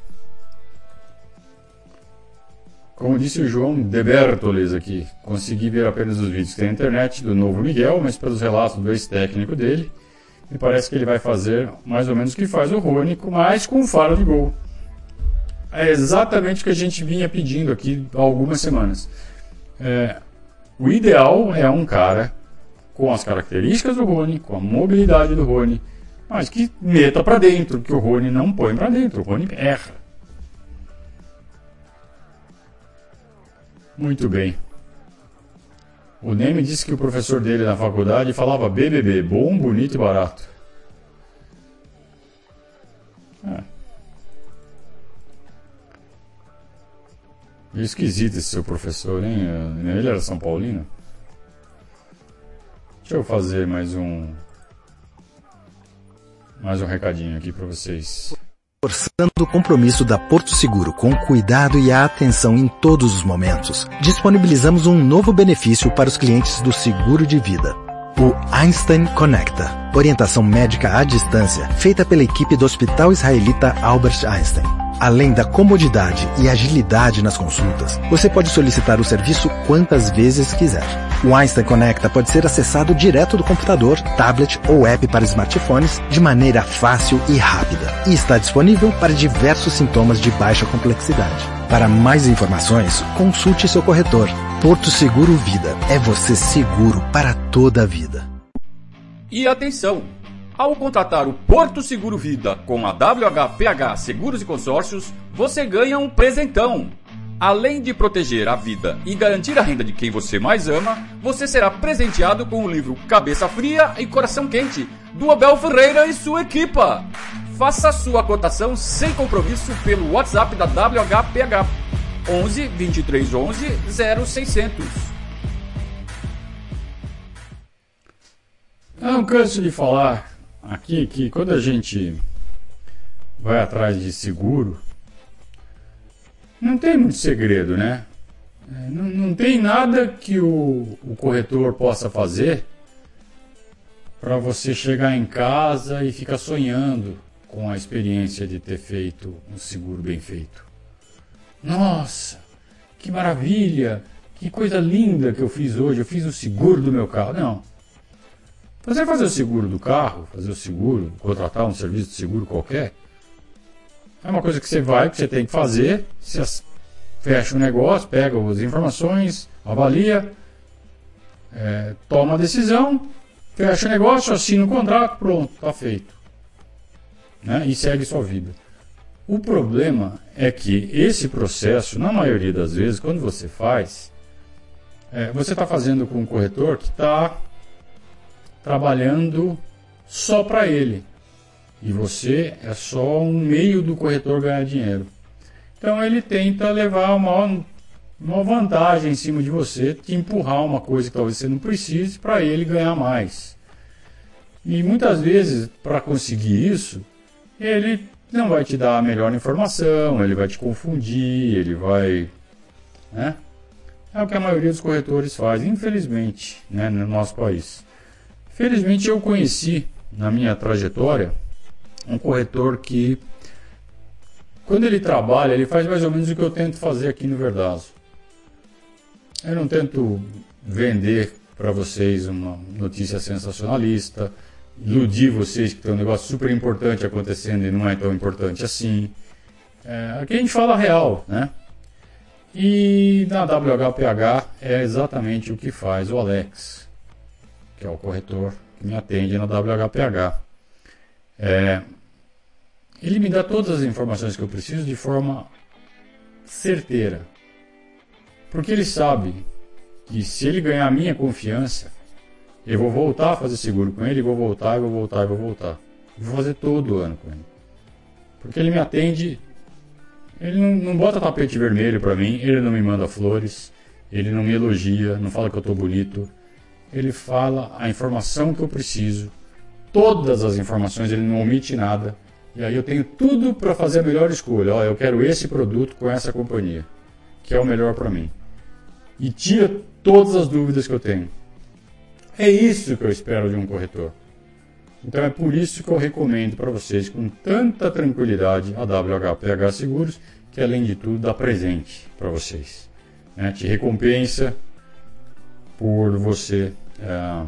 Como disse o João de Bertoles aqui, consegui ver apenas os vídeos que tem na internet do novo Miguel, mas pelos relatos do ex-técnico dele, me parece que ele vai fazer mais ou menos o que faz o Rony, mas com faro de gol. É exatamente o que a gente vinha pedindo aqui há algumas semanas. É, o ideal é um cara com as características do Rony, com a mobilidade do Rony, mas que meta para dentro, que o Rony não põe para dentro, o Rony erra. Muito bem. O Neme disse que o professor dele na faculdade falava B B B, bom, bonito e barato. É. Meio esquisito esse seu professor, hein? Ele era São Paulino? Deixa eu fazer mais um... Mais um recadinho aqui para vocês. Reforçando o compromisso da Porto Seguro com o cuidado e a atenção em todos os momentos, disponibilizamos um novo benefício para os clientes do seguro de vida. O Einstein Conecta, orientação médica à distância, feita pela equipe do Hospital Israelita Albert Einstein. Além da comodidade e agilidade nas consultas, você pode solicitar o serviço quantas vezes quiser. O Einstein Conecta pode ser acessado direto do computador, tablet ou app para smartphones de maneira fácil e rápida. E está disponível para diversos sintomas de baixa complexidade. Para mais informações, consulte seu corretor. Porto Seguro Vida. É você seguro para toda a vida. E atenção! Ao contratar o Porto Seguro Vida com a W H P H Seguros e Consórcios, você ganha um presentão. Além de proteger a vida e garantir a renda de quem você mais ama, você será presenteado com o livro Cabeça Fria e Coração Quente, do Abel Ferreira e sua equipa. Faça sua cotação sem compromisso pelo WhatsApp da W H P H onze, vinte e três onze, zero seiscentos. Não canso de falar aqui que quando a gente vai atrás de seguro, não tem muito segredo, né? Não, não tem nada que o, o corretor possa fazer para você chegar em casa e ficar sonhando com a experiência de ter feito um seguro bem feito. Nossa, que maravilha, que coisa linda que eu fiz hoje, eu fiz o seguro do meu carro. Não. Você fazer o seguro do carro, fazer o seguro, contratar um serviço de seguro qualquer, é uma coisa que você vai, que você tem que fazer, você fecha o negócio, pega as informações, avalia, é, toma a decisão, fecha o negócio, assina o contrato, pronto, está feito. Né? E segue sua vida. O problema é que esse processo, na maioria das vezes, quando você faz, é, você está fazendo com um corretor que está trabalhando só para ele. E você é só um meio do corretor ganhar dinheiro. Então ele tenta levar uma, uma vantagem em cima de você, te empurrar uma coisa que talvez você não precise para ele ganhar mais. E muitas vezes, para conseguir isso, ele não vai te dar a melhor informação, ele vai te confundir, ele vai... Né? É o que a maioria dos corretores faz, infelizmente, né, no nosso país. Felizmente eu conheci, na minha trajetória, um corretor que, quando ele trabalha, ele faz mais ou menos o que eu tento fazer aqui no Verdazo. Eu não tento vender para vocês uma notícia sensacionalista, iludir vocês que tem um negócio super importante acontecendo e não é tão importante assim. É, aqui a gente fala real, né? E na W H P H é exatamente o que faz o Alex, que é o corretor que me atende na W H P H. É, ele me dá todas as informações que eu preciso de forma certeira. Porque ele sabe que se ele ganhar a minha confiança, eu vou voltar a fazer seguro com ele, vou voltar, vou voltar, vou voltar. Vou fazer todo ano com ele. Porque ele me atende, ele não, não bota tapete vermelho para mim, ele não me manda flores, ele não me elogia, não fala que eu estou bonito. Ele fala a informação que eu preciso, todas as informações, ele não omite nada. E aí eu tenho tudo para fazer a melhor escolha. Ó, eu quero esse produto com essa companhia, que é o melhor para mim. E tira todas as dúvidas que eu tenho. É isso que eu espero de um corretor. Então é por isso que eu recomendo para vocês com tanta tranquilidade a W H P H Seguros, que além de tudo dá presente para vocês. Né? Te recompensa por você é,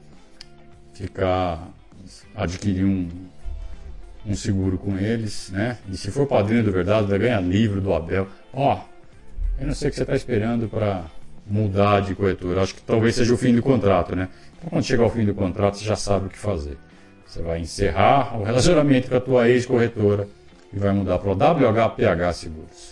ficar, adquirir um, um seguro com eles, né? E se for padrinho do Verdazo, vai ganhar livro do Abel. Ó, eu não sei o que você está esperando para mudar de corretora. Acho que talvez seja o fim do contrato, né? Então quando chegar ao fim do contrato, você já sabe o que fazer. Você vai encerrar o relacionamento com a tua ex-corretora e vai mudar para o W H P H Seguros.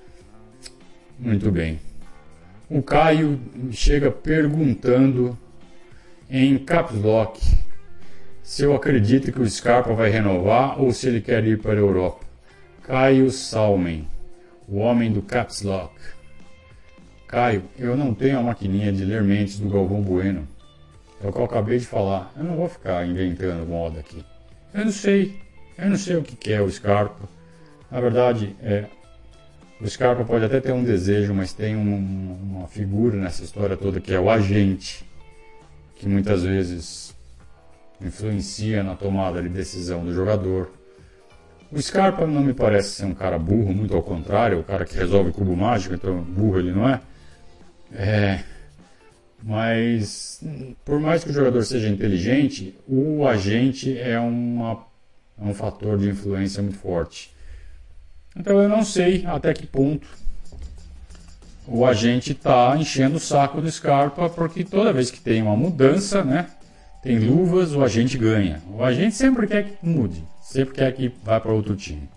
Muito bem. O Caio chega perguntando em caps lock se eu acredito que o Scarpa vai renovar ou se ele quer ir para a Europa. Caio Salmen, o homem do caps lock. Caio, eu não tenho a maquininha de ler mentes do Galvão Bueno. É o que eu acabei de falar. Eu não vou ficar inventando moda aqui. Eu não sei. Eu não sei o que é o Scarpa. Na verdade, é, o Scarpa pode até ter um desejo, mas tem um, uma figura nessa história toda que é o agente, que muitas vezes influencia na tomada de decisão do jogador. O Scarpa não me parece ser um cara burro, muito ao contrário, o cara que resolve cubo mágico, então burro ele não é. É, mas por mais que o jogador seja inteligente, o agente é, uma, é um fator de influência muito forte. Então eu não sei até que ponto o agente está enchendo o saco do Scarpa, porque toda vez que tem uma mudança, né, tem luvas, o agente ganha. O agente sempre quer que mude, sempre quer que vá para outro time.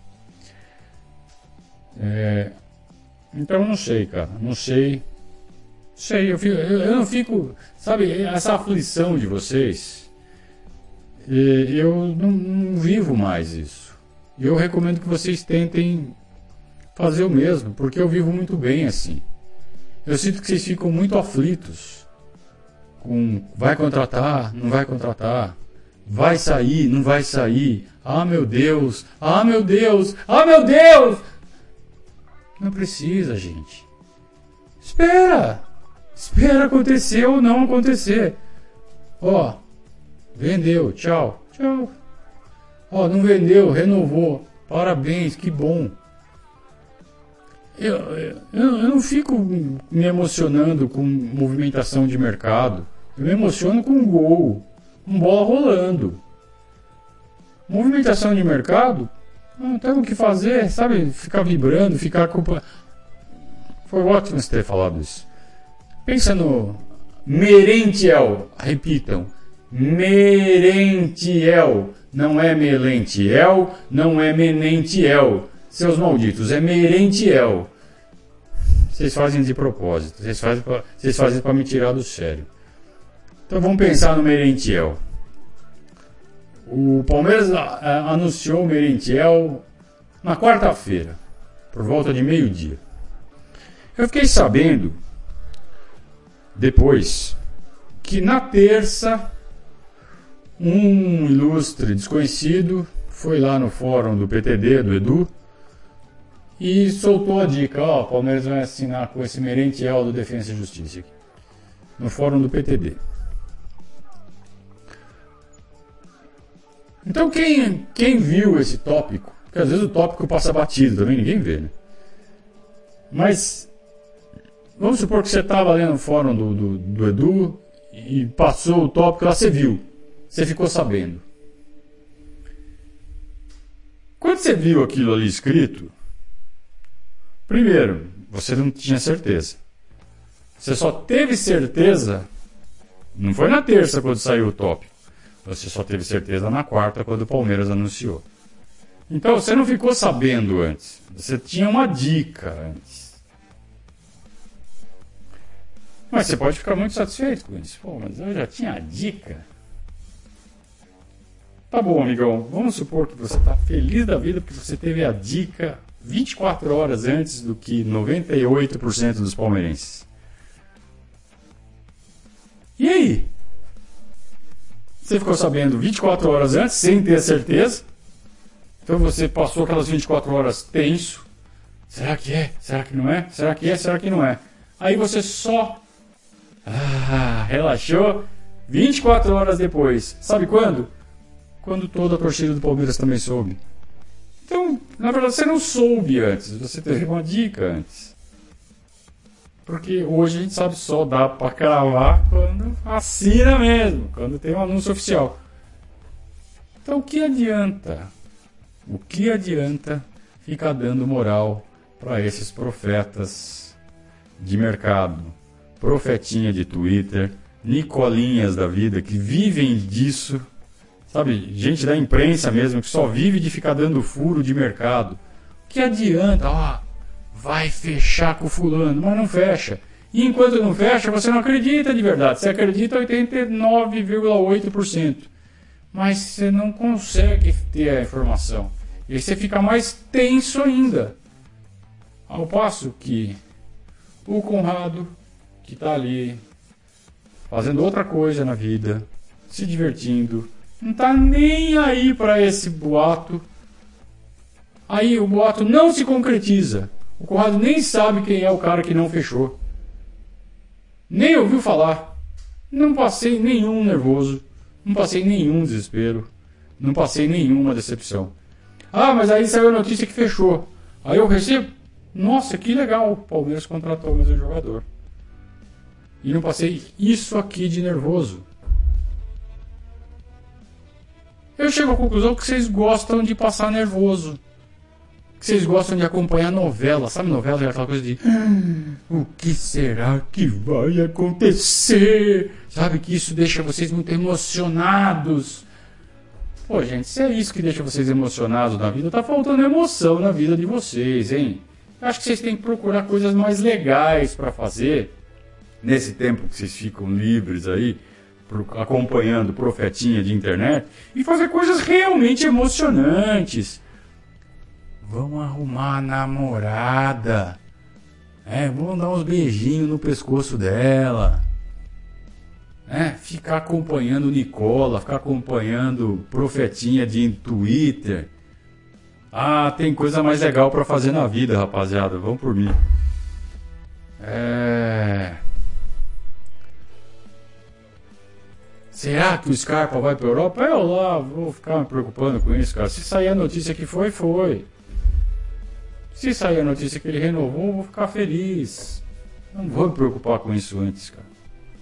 É, então eu não sei, cara, não sei. Sei, eu, fico, eu, eu não fico, sabe, essa aflição de vocês, eu não, não vivo mais isso. Eu recomendo que vocês tentem fazer o mesmo, porque eu vivo muito bem assim. Eu sinto que vocês ficam muito aflitos com vai contratar, não vai contratar, vai sair, não vai sair, ah meu Deus, ah meu Deus, ah meu Deus. Não precisa, gente. Espera! Espera acontecer ou não acontecer. Ó, vendeu, tchau, tchau. Ó, não vendeu, renovou. Parabéns, que bom. Eu, eu, eu não fico me emocionando com movimentação de mercado. Eu me emociono com um gol, com bola rolando. Movimentação de mercado, não tem o que fazer, sabe? Ficar vibrando, ficar culpa. Foi ótimo você ter falado isso. Pensa no Merentiel. Repitam. Merentiel. Não é Melentiel, não é Menentiel. Seus malditos, é Merentiel. Vocês fazem de propósito. Vocês fazem pra, vocês fazem para me tirar do sério. Então vamos pensar no Merentiel. O Palmeiras a, anunciou o Merentiel na quarta-feira, por volta de meio-dia. Eu fiquei sabendo, depois, que na terça, um ilustre desconhecido foi lá no fórum do P T D, do Edu, e soltou a dica, ó, o Palmeiras vai assinar com esse Merentiel do Defensa e Justiça aqui, no fórum do P T D. Então quem, quem viu esse tópico, porque às vezes o tópico passa batido também, ninguém vê, né? Mas vamos supor que você estava lendo o fórum do, do, do Edu e passou o tópico, lá você viu, você ficou sabendo. Quando você viu aquilo ali escrito, primeiro, você não tinha certeza. Você só teve certeza, não foi na terça quando saiu o tópico, você só teve certeza na quarta quando o Palmeiras anunciou. Então você não ficou sabendo antes, você tinha uma dica antes. Mas você pode ficar muito satisfeito com isso. Pô, mas eu já tinha a dica. Tá bom, amigão, vamos supor que você está feliz da vida porque você teve a dica vinte e quatro horas antes do que noventa e oito por cento dos palmeirenses. E aí? Você ficou sabendo vinte e quatro horas antes, sem ter certeza. Então você passou aquelas vinte e quatro horas tenso. Será que é? Será que não é? Será que é? Será que não é? Aí você só ah, relaxou vinte e quatro horas depois. Sabe quando? Quando toda a torcida do Palmeiras também soube. Então, na verdade, você não soube antes. Você teve uma dica antes. Porque hoje a gente sabe só dá para cravar quando assina mesmo, quando tem um anúncio oficial. Então o que adianta? O que adianta ficar dando moral para esses profetas de mercado, profetinha de Twitter, Nicolinhas da vida que vivem disso, sabe? Gente da imprensa mesmo que só vive de ficar dando furo de mercado. O que adianta? Ah, vai fechar com o fulano, mas não fecha. E enquanto não fecha, você não acredita de verdade. Você acredita oitenta e nove vírgula oito por cento. Mas você não consegue ter a informação. E aí você fica mais tenso ainda. Ao passo que o Conrado, que está ali, fazendo outra coisa na vida, se divertindo, não está nem aí para esse boato. Aí o boato não se concretiza. O Conrado nem sabe quem é o cara que não fechou. Nem ouviu falar. Não passei nenhum nervoso. Não passei nenhum desespero. Não passei nenhuma decepção. Ah, mas aí saiu a notícia que fechou. Aí eu recebo. Nossa, que legal. O Palmeiras contratou mais um jogador. E não passei isso aqui de nervoso. Eu chego à conclusão que vocês gostam de passar nervoso. Que vocês gostam de acompanhar novela. Sabe novela? É aquela coisa de ah, o que será que vai acontecer? Sabe que isso deixa vocês muito emocionados. Pô, gente, se é isso que deixa vocês emocionados na vida, tá faltando emoção na vida de vocês, hein? Eu acho que vocês têm que procurar coisas mais legais para fazer. Nesse tempo que vocês ficam livres aí, acompanhando profetinha de internet, e fazer coisas realmente emocionantes. Vamos arrumar a namorada. É, vamos dar uns beijinhos no pescoço dela. É, ficar acompanhando Nicola, ficar acompanhando profetinha de Twitter. Ah, tem coisa mais legal pra fazer na vida, rapaziada. Vamos por mim. É... Será que o Scarpa vai para a Europa, eu lá vou ficar me preocupando com isso, cara. Se sair a notícia que foi, foi. Se sair a notícia que ele renovou, eu vou ficar feliz. Não vou me preocupar com isso antes, cara.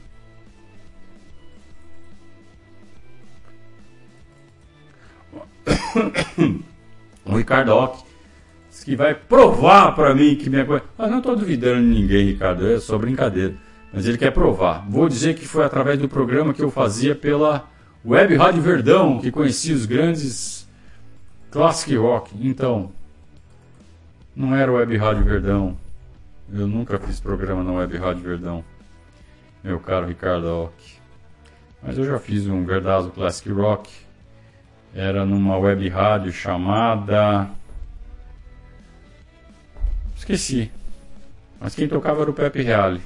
O Ricardo Ock disse que vai provar pra mim que minha coisa... Ah, não tô duvidando de ninguém, Ricardo, é só brincadeira. Mas ele quer provar. Vou dizer que foi através do programa que eu fazia pela Web Rádio Verdão, que conhecia os grandes Classic Rock. Então, não era Web Rádio Verdão. Eu nunca fiz programa na Web Rádio Verdão, meu caro Ricardo Ock. Mas eu já fiz um verdazo Classic Rock. Era numa web rádio chamada... Esqueci. Mas quem tocava era o Pepe Reale.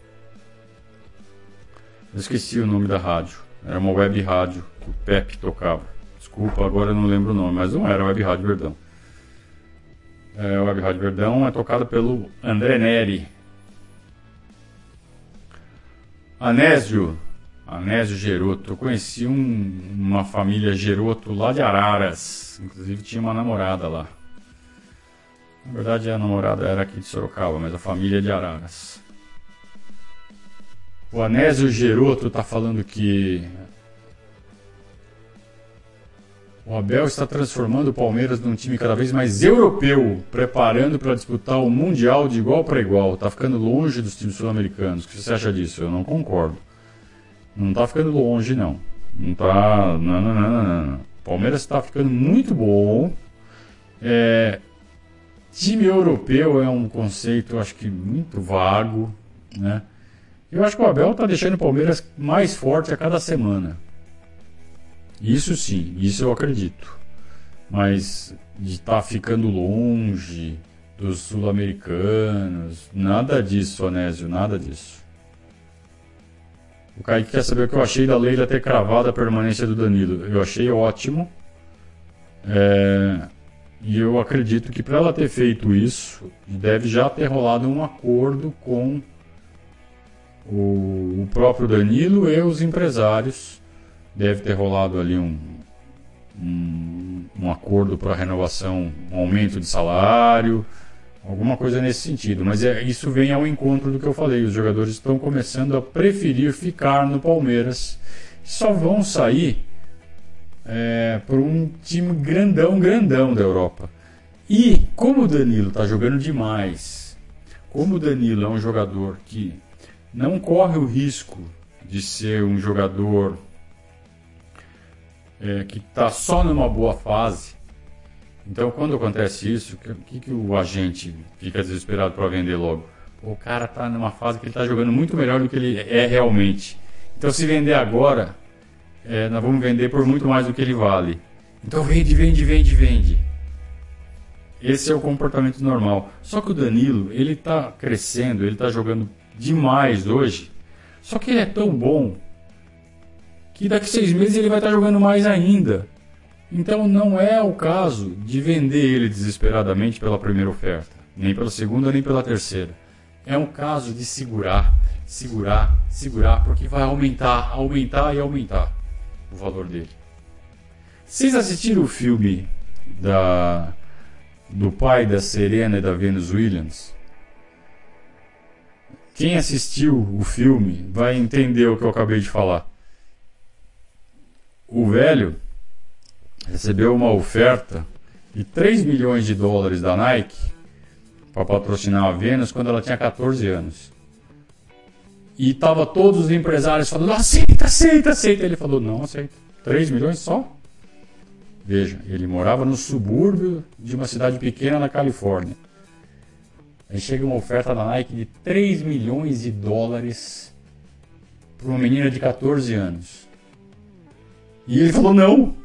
Eu esqueci o nome da rádio. Era uma web rádio que o Pepe tocava. Desculpa, agora eu não lembro o nome, mas não era Web Rádio Verdão. É, a Web Rádio Verdão é tocada pelo André Neri. Anésio. Anésio Geroto. Eu conheci um, uma família Geroto lá de Araras. Inclusive tinha uma namorada lá. Na verdade a namorada era aqui de Sorocaba, mas a família é de Araras. O Anésio Geroto está falando que o Abel está transformando o Palmeiras num time cada vez mais europeu, preparando para disputar o Mundial de igual para igual. Está ficando longe dos times sul-americanos. O que você acha disso? Eu não concordo. Não está ficando longe, não. Não está... Não, não, não, não, não. O Palmeiras está ficando muito bom. É... Time europeu é um conceito, eu acho que muito vago, né? Eu acho que o Abel está deixando o Palmeiras mais forte a cada semana. Isso sim, isso eu acredito. Mas de estar tá ficando longe dos sul-americanos, nada disso, Anésio, nada disso. O Kaique quer saber o que eu achei da Leila ter cravado a permanência do Danilo. Eu achei ótimo. É... E eu acredito que para ela ter feito isso, deve já ter rolado um acordo com o, o próprio Danilo e os empresários. Deve ter rolado ali um, um, um acordo para renovação, um aumento de salário, alguma coisa nesse sentido. Mas é, isso vem ao encontro do que eu falei. Os jogadores estão começando a preferir ficar no Palmeiras. Só vão sair é, por um time grandão, grandão da Europa. E como o Danilo está jogando demais, como o Danilo é um jogador que não corre o risco de ser um jogador é, que está só numa boa fase. Então, quando acontece isso, o que, que o agente fica desesperado para vender logo? O cara está numa fase que ele está jogando muito melhor do que ele é realmente. Então, se vender agora, é, nós vamos vender por muito mais do que ele vale. Então, vende, vende, vende, vende. Esse é o comportamento normal. Só que o Danilo, ele está crescendo, ele está jogando demais hoje. Só que ele é tão bom que daqui a seis meses ele vai estar jogando mais ainda. Então não é o caso de vender ele desesperadamente pela primeira oferta, nem pela segunda, nem pela terceira. É um caso de segurar, segurar, segurar, porque vai aumentar, aumentar e aumentar o valor dele. Vocês assistiram o filme da, do pai da Serena e da Venus Williams? Quem assistiu o filme vai entender o que eu acabei de falar. O velho recebeu uma oferta de três milhões de dólares da Nike para patrocinar a Venus quando ela tinha catorze anos. E estava todos os empresários falando, aceita, aceita, aceita. Ele falou, não aceita. três milhões só? Veja, ele morava no subúrbio de uma cidade pequena na Califórnia. Aí chega uma oferta da Nike de três milhões de dólares para uma menina de catorze anos. E ele falou não.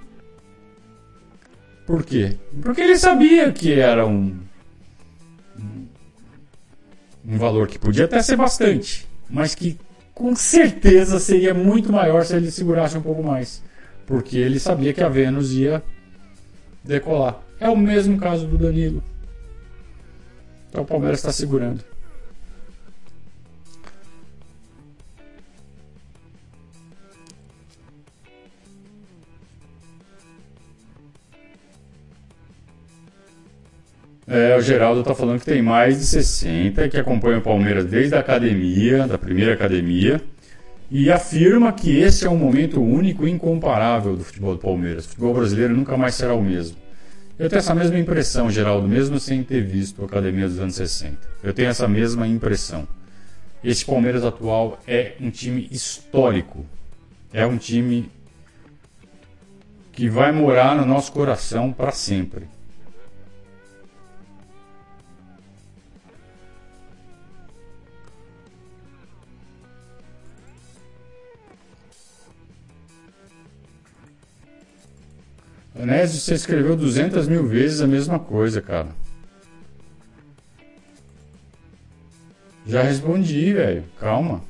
Por quê? Porque ele sabia que era um, um valor que podia até ser bastante, mas que com certeza seria muito maior se ele segurasse um pouco mais. Porque ele sabia que a Venus ia decolar. É o mesmo caso do Danilo. Então o Palmeiras está segurando. É, o Geraldo está falando que tem mais de sessenta, que acompanha o Palmeiras desde a academia, da primeira academia, e afirma que esse é um momento único e incomparável do futebol do Palmeiras. O futebol brasileiro nunca mais será o mesmo. Eu tenho essa mesma impressão, Geraldo, mesmo sem ter visto a academia dos anos sessenta. Eu tenho essa mesma impressão. Esse Palmeiras atual é um time histórico. É um time que vai morar no nosso coração para sempre. Anésio, você escreveu duzentas mil vezes a mesma coisa, cara. Já respondi, velho. Calma.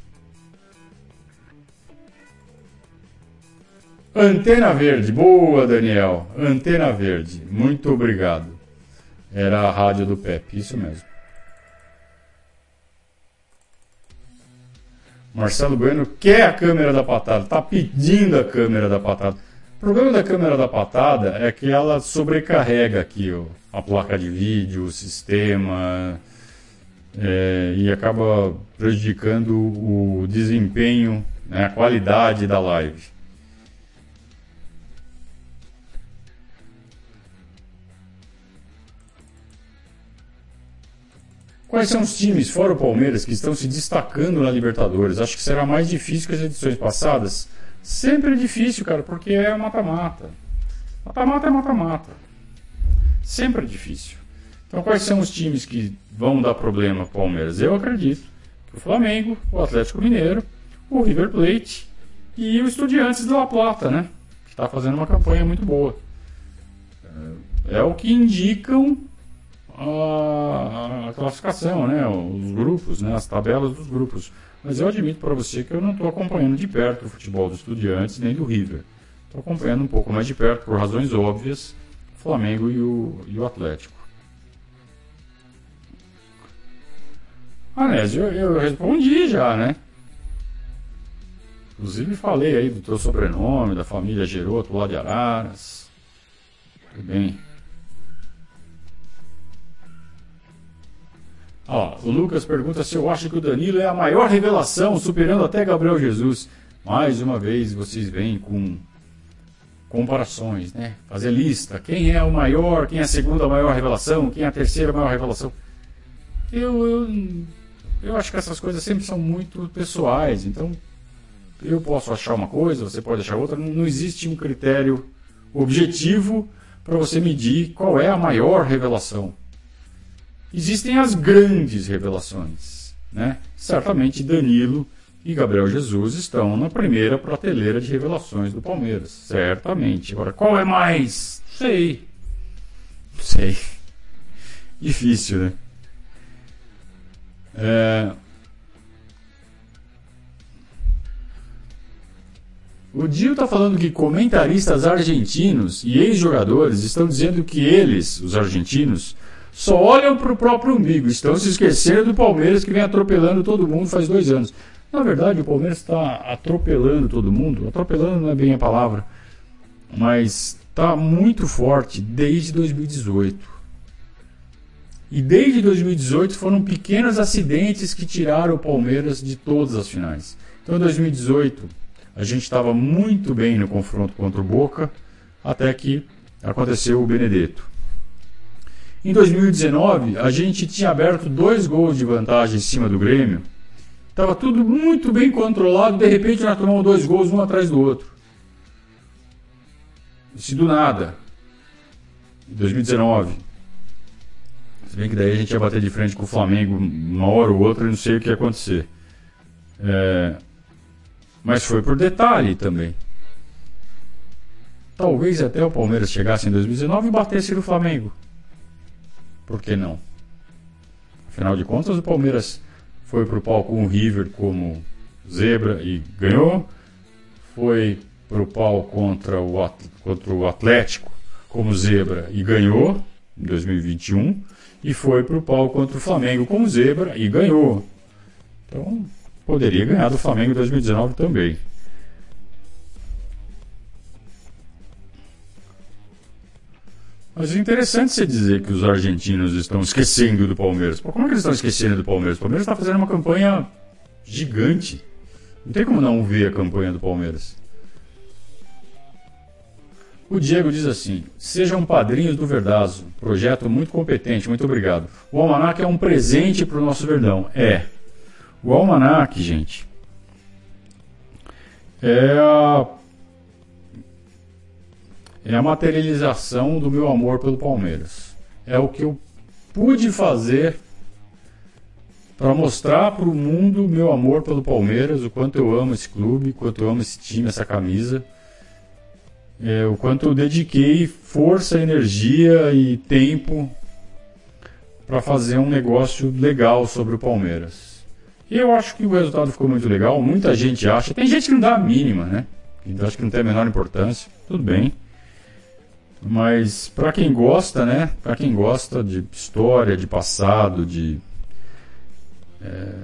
Antena Verde. Boa, Daniel. Antena Verde. Muito obrigado. Era a rádio do Pepe. Isso mesmo. Marcelo Bueno quer a câmera da patada. Tá pedindo a câmera da patada. O problema da câmera da patada é que ela sobrecarrega aqui ó, a placa de vídeo, o sistema, é, e acaba prejudicando o desempenho, né, a qualidade da live. Quais são os times, fora o Palmeiras, que estão se destacando na Libertadores? Acho que será mais difícil que as edições passadas. Sempre é difícil, cara, porque é mata-mata. Mata-mata é mata-mata. Sempre é difícil. Então, quais são os times que vão dar problema para o Palmeiras? Eu acredito que o Flamengo, o Atlético Mineiro, o River Plate e o Estudiantes de La Plata, né? Que está fazendo uma campanha muito boa. É o que indicam a, a classificação, né? Os grupos, né? As tabelas dos grupos. Mas eu admito para você que eu não estou acompanhando de perto o futebol dos Estudiantes nem do River. Estou acompanhando um pouco mais de perto, por razões óbvias, o Flamengo e o, e o Atlético. Anésio, eu, eu respondi já, né? Inclusive falei aí do teu sobrenome, da família Geroto lá de Araras. Tudo bem. Ó, o Lucas pergunta se eu acho que o Danilo é a maior revelação, superando até Gabriel Jesus. Mais uma vez vocês vêm com comparações, né? Fazer lista. Quem é o maior, quem é a segunda maior revelação, quem é a terceira maior revelação. Eu, eu, eu acho que essas coisas sempre são muito pessoais. Então, eu posso achar uma coisa, você pode achar outra. Não, não existe um critério objetivo para você medir qual é a maior revelação. Existem as grandes revelações, né? Certamente Danilo e Gabriel Jesus estão na primeira prateleira de revelações do Palmeiras. Certamente. Agora, qual é mais? Sei. Sei. Difícil, né? É... O Dio está falando que comentaristas argentinos e ex-jogadores estão dizendo que eles, os argentinos, só olham para o próprio umbigo, estão se esquecendo do Palmeiras que vem atropelando todo mundo faz dois anos. Na verdade, o Palmeiras está atropelando todo mundo, atropelando não é bem a palavra, mas está muito forte desde dois mil e dezoito. E desde dois mil e dezoito foram pequenos acidentes que tiraram o Palmeiras de todas as finais. Então, em dois mil e dezoito, a gente estava muito bem no confronto contra o Boca, até que aconteceu o Benedetto. Em dois mil e dezenove, a gente tinha aberto dois gols de vantagem em cima do Grêmio. Estava tudo muito bem controlado, de repente nós tomamos dois gols um atrás do outro. Isso do nada. Em dois mil e dezenove. Se bem que daí a gente ia bater de frente com o Flamengo uma hora ou outra e não sei o que ia acontecer. É... Mas foi por detalhe também. Talvez até o Palmeiras chegasse em dois mil e dezenove e batesse no Flamengo. Por que não? Afinal de contas, o Palmeiras foi para o palco com o River como zebra e ganhou. Foi para o palco contra o, contra o Atlético como zebra e ganhou em dois mil e vinte e um. E foi para o palco contra o Flamengo como zebra e ganhou. Então, poderia ganhar do Flamengo em dois mil e dezenove também. Mas é interessante você dizer que os argentinos estão esquecendo do Palmeiras. Pô, como é que eles estão esquecendo do Palmeiras? O Palmeiras está fazendo uma campanha gigante. Não tem como não ver a campanha do Palmeiras. O Diego diz assim: sejam padrinhos do Verdazo. Projeto muito competente, muito obrigado. O Almanac é um presente para o nosso Verdão. É. O Almanac, gente, é a... é a materialização do meu amor pelo Palmeiras. É o que eu pude fazer para mostrar para o mundo o meu amor pelo Palmeiras, o quanto eu amo esse clube, o quanto eu amo esse time, essa camisa, é, o quanto eu dediquei força, energia e tempo para fazer um negócio legal sobre o Palmeiras. E eu acho que o resultado ficou muito legal. Muita gente acha, tem gente que não dá a mínima, né? Que acha que não tem a menor importância. Tudo bem. Mas para quem gosta, né? Para quem gosta de história, de passado, de é,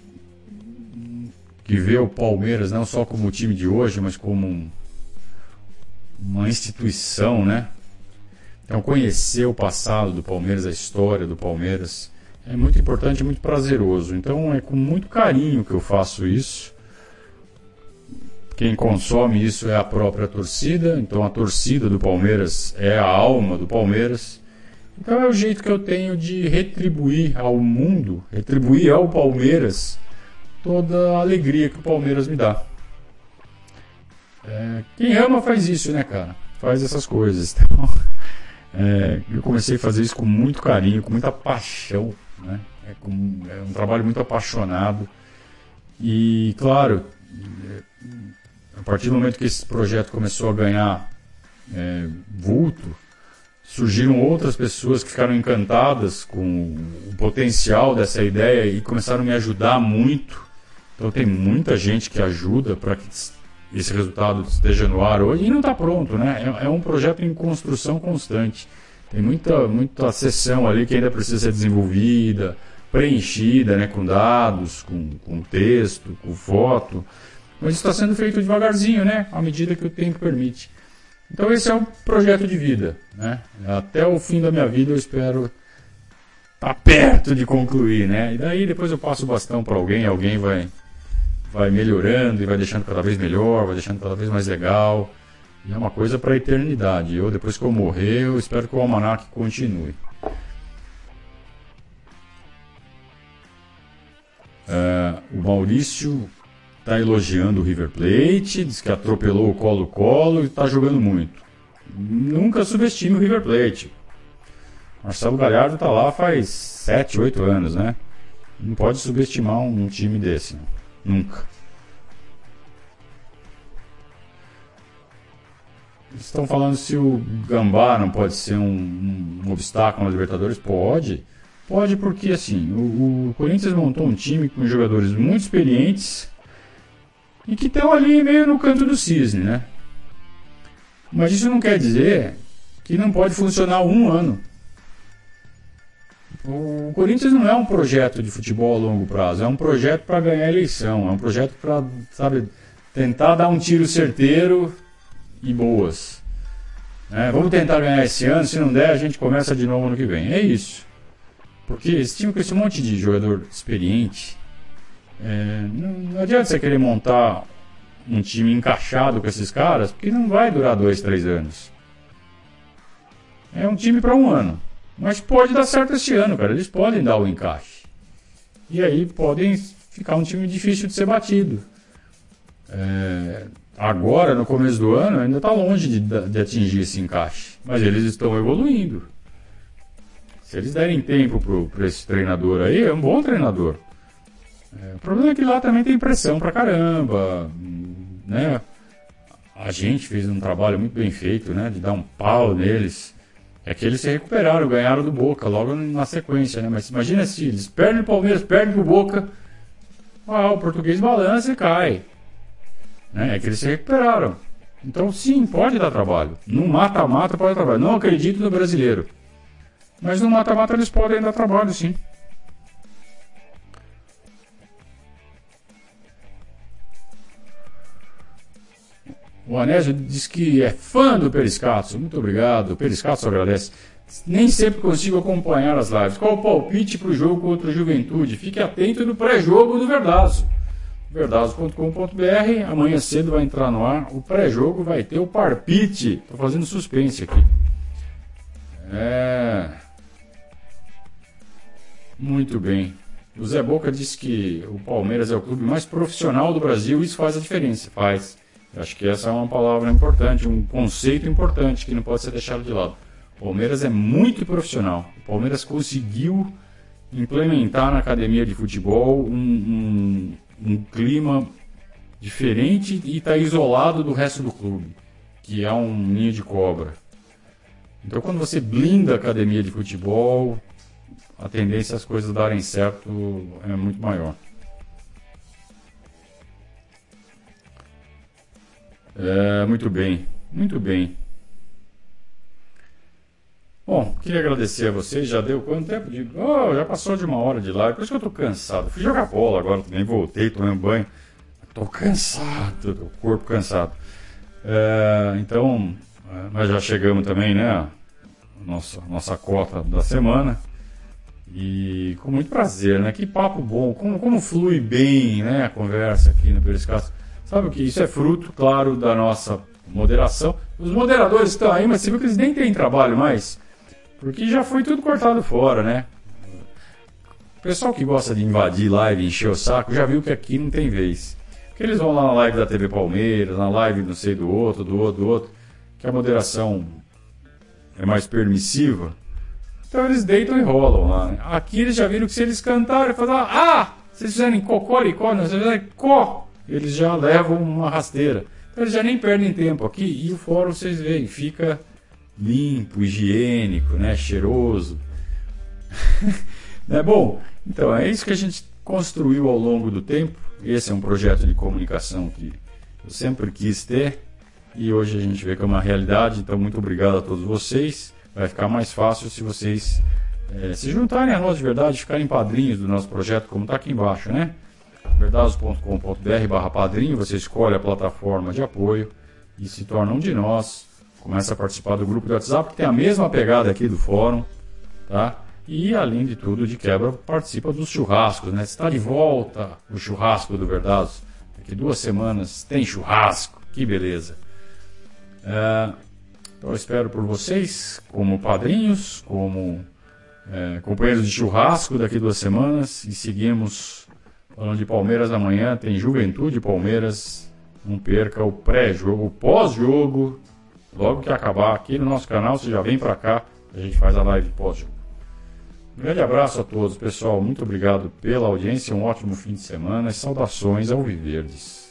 que vê o Palmeiras não só como o time de hoje, mas como um, uma instituição, né? Então conhecer o passado do Palmeiras, a história do Palmeiras é muito importante, muito prazeroso. Então é com muito carinho que eu faço isso. Quem consome isso é a própria torcida, então a torcida do Palmeiras é a alma do Palmeiras. Então é o jeito que eu tenho de retribuir ao mundo, retribuir ao Palmeiras toda a alegria que o Palmeiras me dá. É, quem ama faz isso, né, cara? Faz essas coisas. Então, é, eu comecei a fazer isso com muito carinho, com muita paixão, né? É, com, é um trabalho muito apaixonado. E, claro, a partir do momento que esse projeto começou a ganhar é, vulto, surgiram outras pessoas que ficaram encantadas com o potencial dessa ideia e começaram a me ajudar muito. Então tem muita gente que ajuda para que esse resultado esteja no ar hoje e não está pronto, né? É, é um projeto em construção constante. Tem muita, muita seção ali que ainda precisa ser desenvolvida, preenchida, né, com dados, com, com texto, com foto. Mas isso está sendo feito devagarzinho, né? À medida que o tempo permite. Então esse é um projeto de vida, né? Até o fim da minha vida eu espero estar perto de concluir, né? E daí depois eu passo o bastão para alguém, alguém vai, vai melhorando e vai deixando cada vez melhor, vai deixando cada vez mais legal. E é uma coisa para a eternidade. Eu, depois que eu morrer, eu espero que o Almanac continue. Uh, o Maurício está elogiando o River Plate, diz que atropelou o Colo-Colo e está jogando muito. Nunca subestime o River Plate. Marcelo Galhardo está lá faz sete, oito anos, né? Não pode subestimar um, um time desse, né? Nunca. Eles estão falando se o Gambá não pode ser um, um, um obstáculo na Libertadores. Pode. Pode porque, assim, o, o Corinthians montou um time com jogadores muito experientes e que estão ali meio no canto do cisne, né? Mas isso não quer dizer que não pode funcionar um ano. O Corinthians não é um projeto de futebol a longo prazo, é um projeto para ganhar eleição, é um projeto para, sabe, tentar dar um tiro certeiro e boas. É, vamos tentar ganhar esse ano, se não der a gente começa de novo ano que vem. É isso. Porque esse time com esse monte de jogador experiente, É, não, não adianta você querer montar um time encaixado com esses caras, porque não vai durar dois, três anos. É um time para um ano, mas pode dar certo esse ano, cara. Eles podem dar o encaixe e aí podem ficar um time difícil de ser batido. É, agora, no começo do ano, ainda está longe de, de atingir esse encaixe, mas eles estão evoluindo. Se eles derem tempo para esse treinador aí, é um bom treinador. É, o problema é que lá também tem pressão pra caramba, né? A gente fez um trabalho muito bem feito, né? De dar um pau neles. É que eles se recuperaram, ganharam do Boca logo na sequência, né? Mas imagina se eles perdem o Palmeiras, perdem pro Boca, ah, o português balança e cai, né? É que eles se recuperaram. Então sim, pode dar trabalho. No mata-mata pode dar trabalho. Não acredito no brasileiro, mas no mata-mata eles podem dar trabalho, sim. O Anésio diz que é fã do Periscatso. Muito obrigado. O Periscatso agradece. Nem sempre consigo acompanhar as lives. Qual o palpite para o jogo contra a Juventude? Fique atento no pré-jogo do Verdazo. verdazo ponto com ponto b r. Amanhã cedo vai entrar no ar. O pré-jogo vai ter o palpite. Estou fazendo suspense aqui. É... Muito bem. O Zé Boca disse que o Palmeiras é o clube mais profissional do Brasil. Isso faz a diferença. Faz. Eu acho que essa é uma palavra importante, um conceito importante que não pode ser deixado de lado. O Palmeiras é muito profissional. O Palmeiras conseguiu implementar na academia de futebol um, um, um clima diferente e está isolado do resto do clube, que é um ninho de cobra. Então, quando você blinda a academia de futebol, a tendência às coisas darem certo é muito maior. É, muito bem, muito bem. Bom, queria agradecer a vocês. Já deu quanto tempo? De... Oh, já passou de uma hora de live. Por isso que eu tô cansado. Fui jogar bola agora também, voltei, tomei um banho. Tô cansado, o corpo cansado. É, então, nós já chegamos também, né? Nossa, nossa cota da semana. E com muito prazer, né? Que papo bom, como, como flui bem, né, a conversa aqui no Periscatso. Sabe o que? Isso é fruto, claro, da nossa moderação. Os moderadores estão aí, mas você viu que eles nem têm trabalho mais. Porque já foi tudo cortado fora, né? O pessoal que gosta de invadir live, encher o saco, já viu que aqui não tem vez. Porque eles vão lá na live da T V Palmeiras, na live não sei do outro, do outro, do outro, que a moderação é mais permissiva. Então eles deitam e rolam lá, né? Aqui eles já viram que se eles cantarem, falaram, ah, se eles fizerem cocoricó, não, se eles fizerem có, eles já levam uma rasteira. Então eles já nem perdem tempo aqui. E o fórum, vocês veem, fica limpo, higiênico, né? Cheiroso. Né? Bom, então é isso que a gente construiu ao longo do tempo. Esse é um projeto de comunicação que eu sempre quis ter e hoje a gente vê que é uma realidade. Então muito obrigado a todos vocês. Vai ficar mais fácil se vocês é, se juntarem a nós de verdade, ficarem padrinhos do nosso projeto, como está aqui embaixo, né? verdazo ponto com ponto b r barra padrinho. Você escolhe a plataforma de apoio e se torna um de nós. Começa a participar do grupo do WhatsApp, que tem a mesma pegada aqui do fórum, tá? E, além de tudo, de quebra, participa dos churrascos, né? Está de volta o churrasco do Verdazo. Daqui duas semanas tem churrasco. Que beleza. É, então, eu espero por vocês, como padrinhos, como é, companheiros de churrasco daqui duas semanas. E seguimos falando de Palmeiras amanhã. Tem Juventude Palmeiras. Não perca o pré-jogo, o pós-jogo. Logo que acabar aqui no nosso canal, você já vem para cá, a gente faz a live pós-jogo. Um grande abraço a todos, pessoal. Muito obrigado pela audiência, um ótimo fim de semana e saudações ao Viverdes.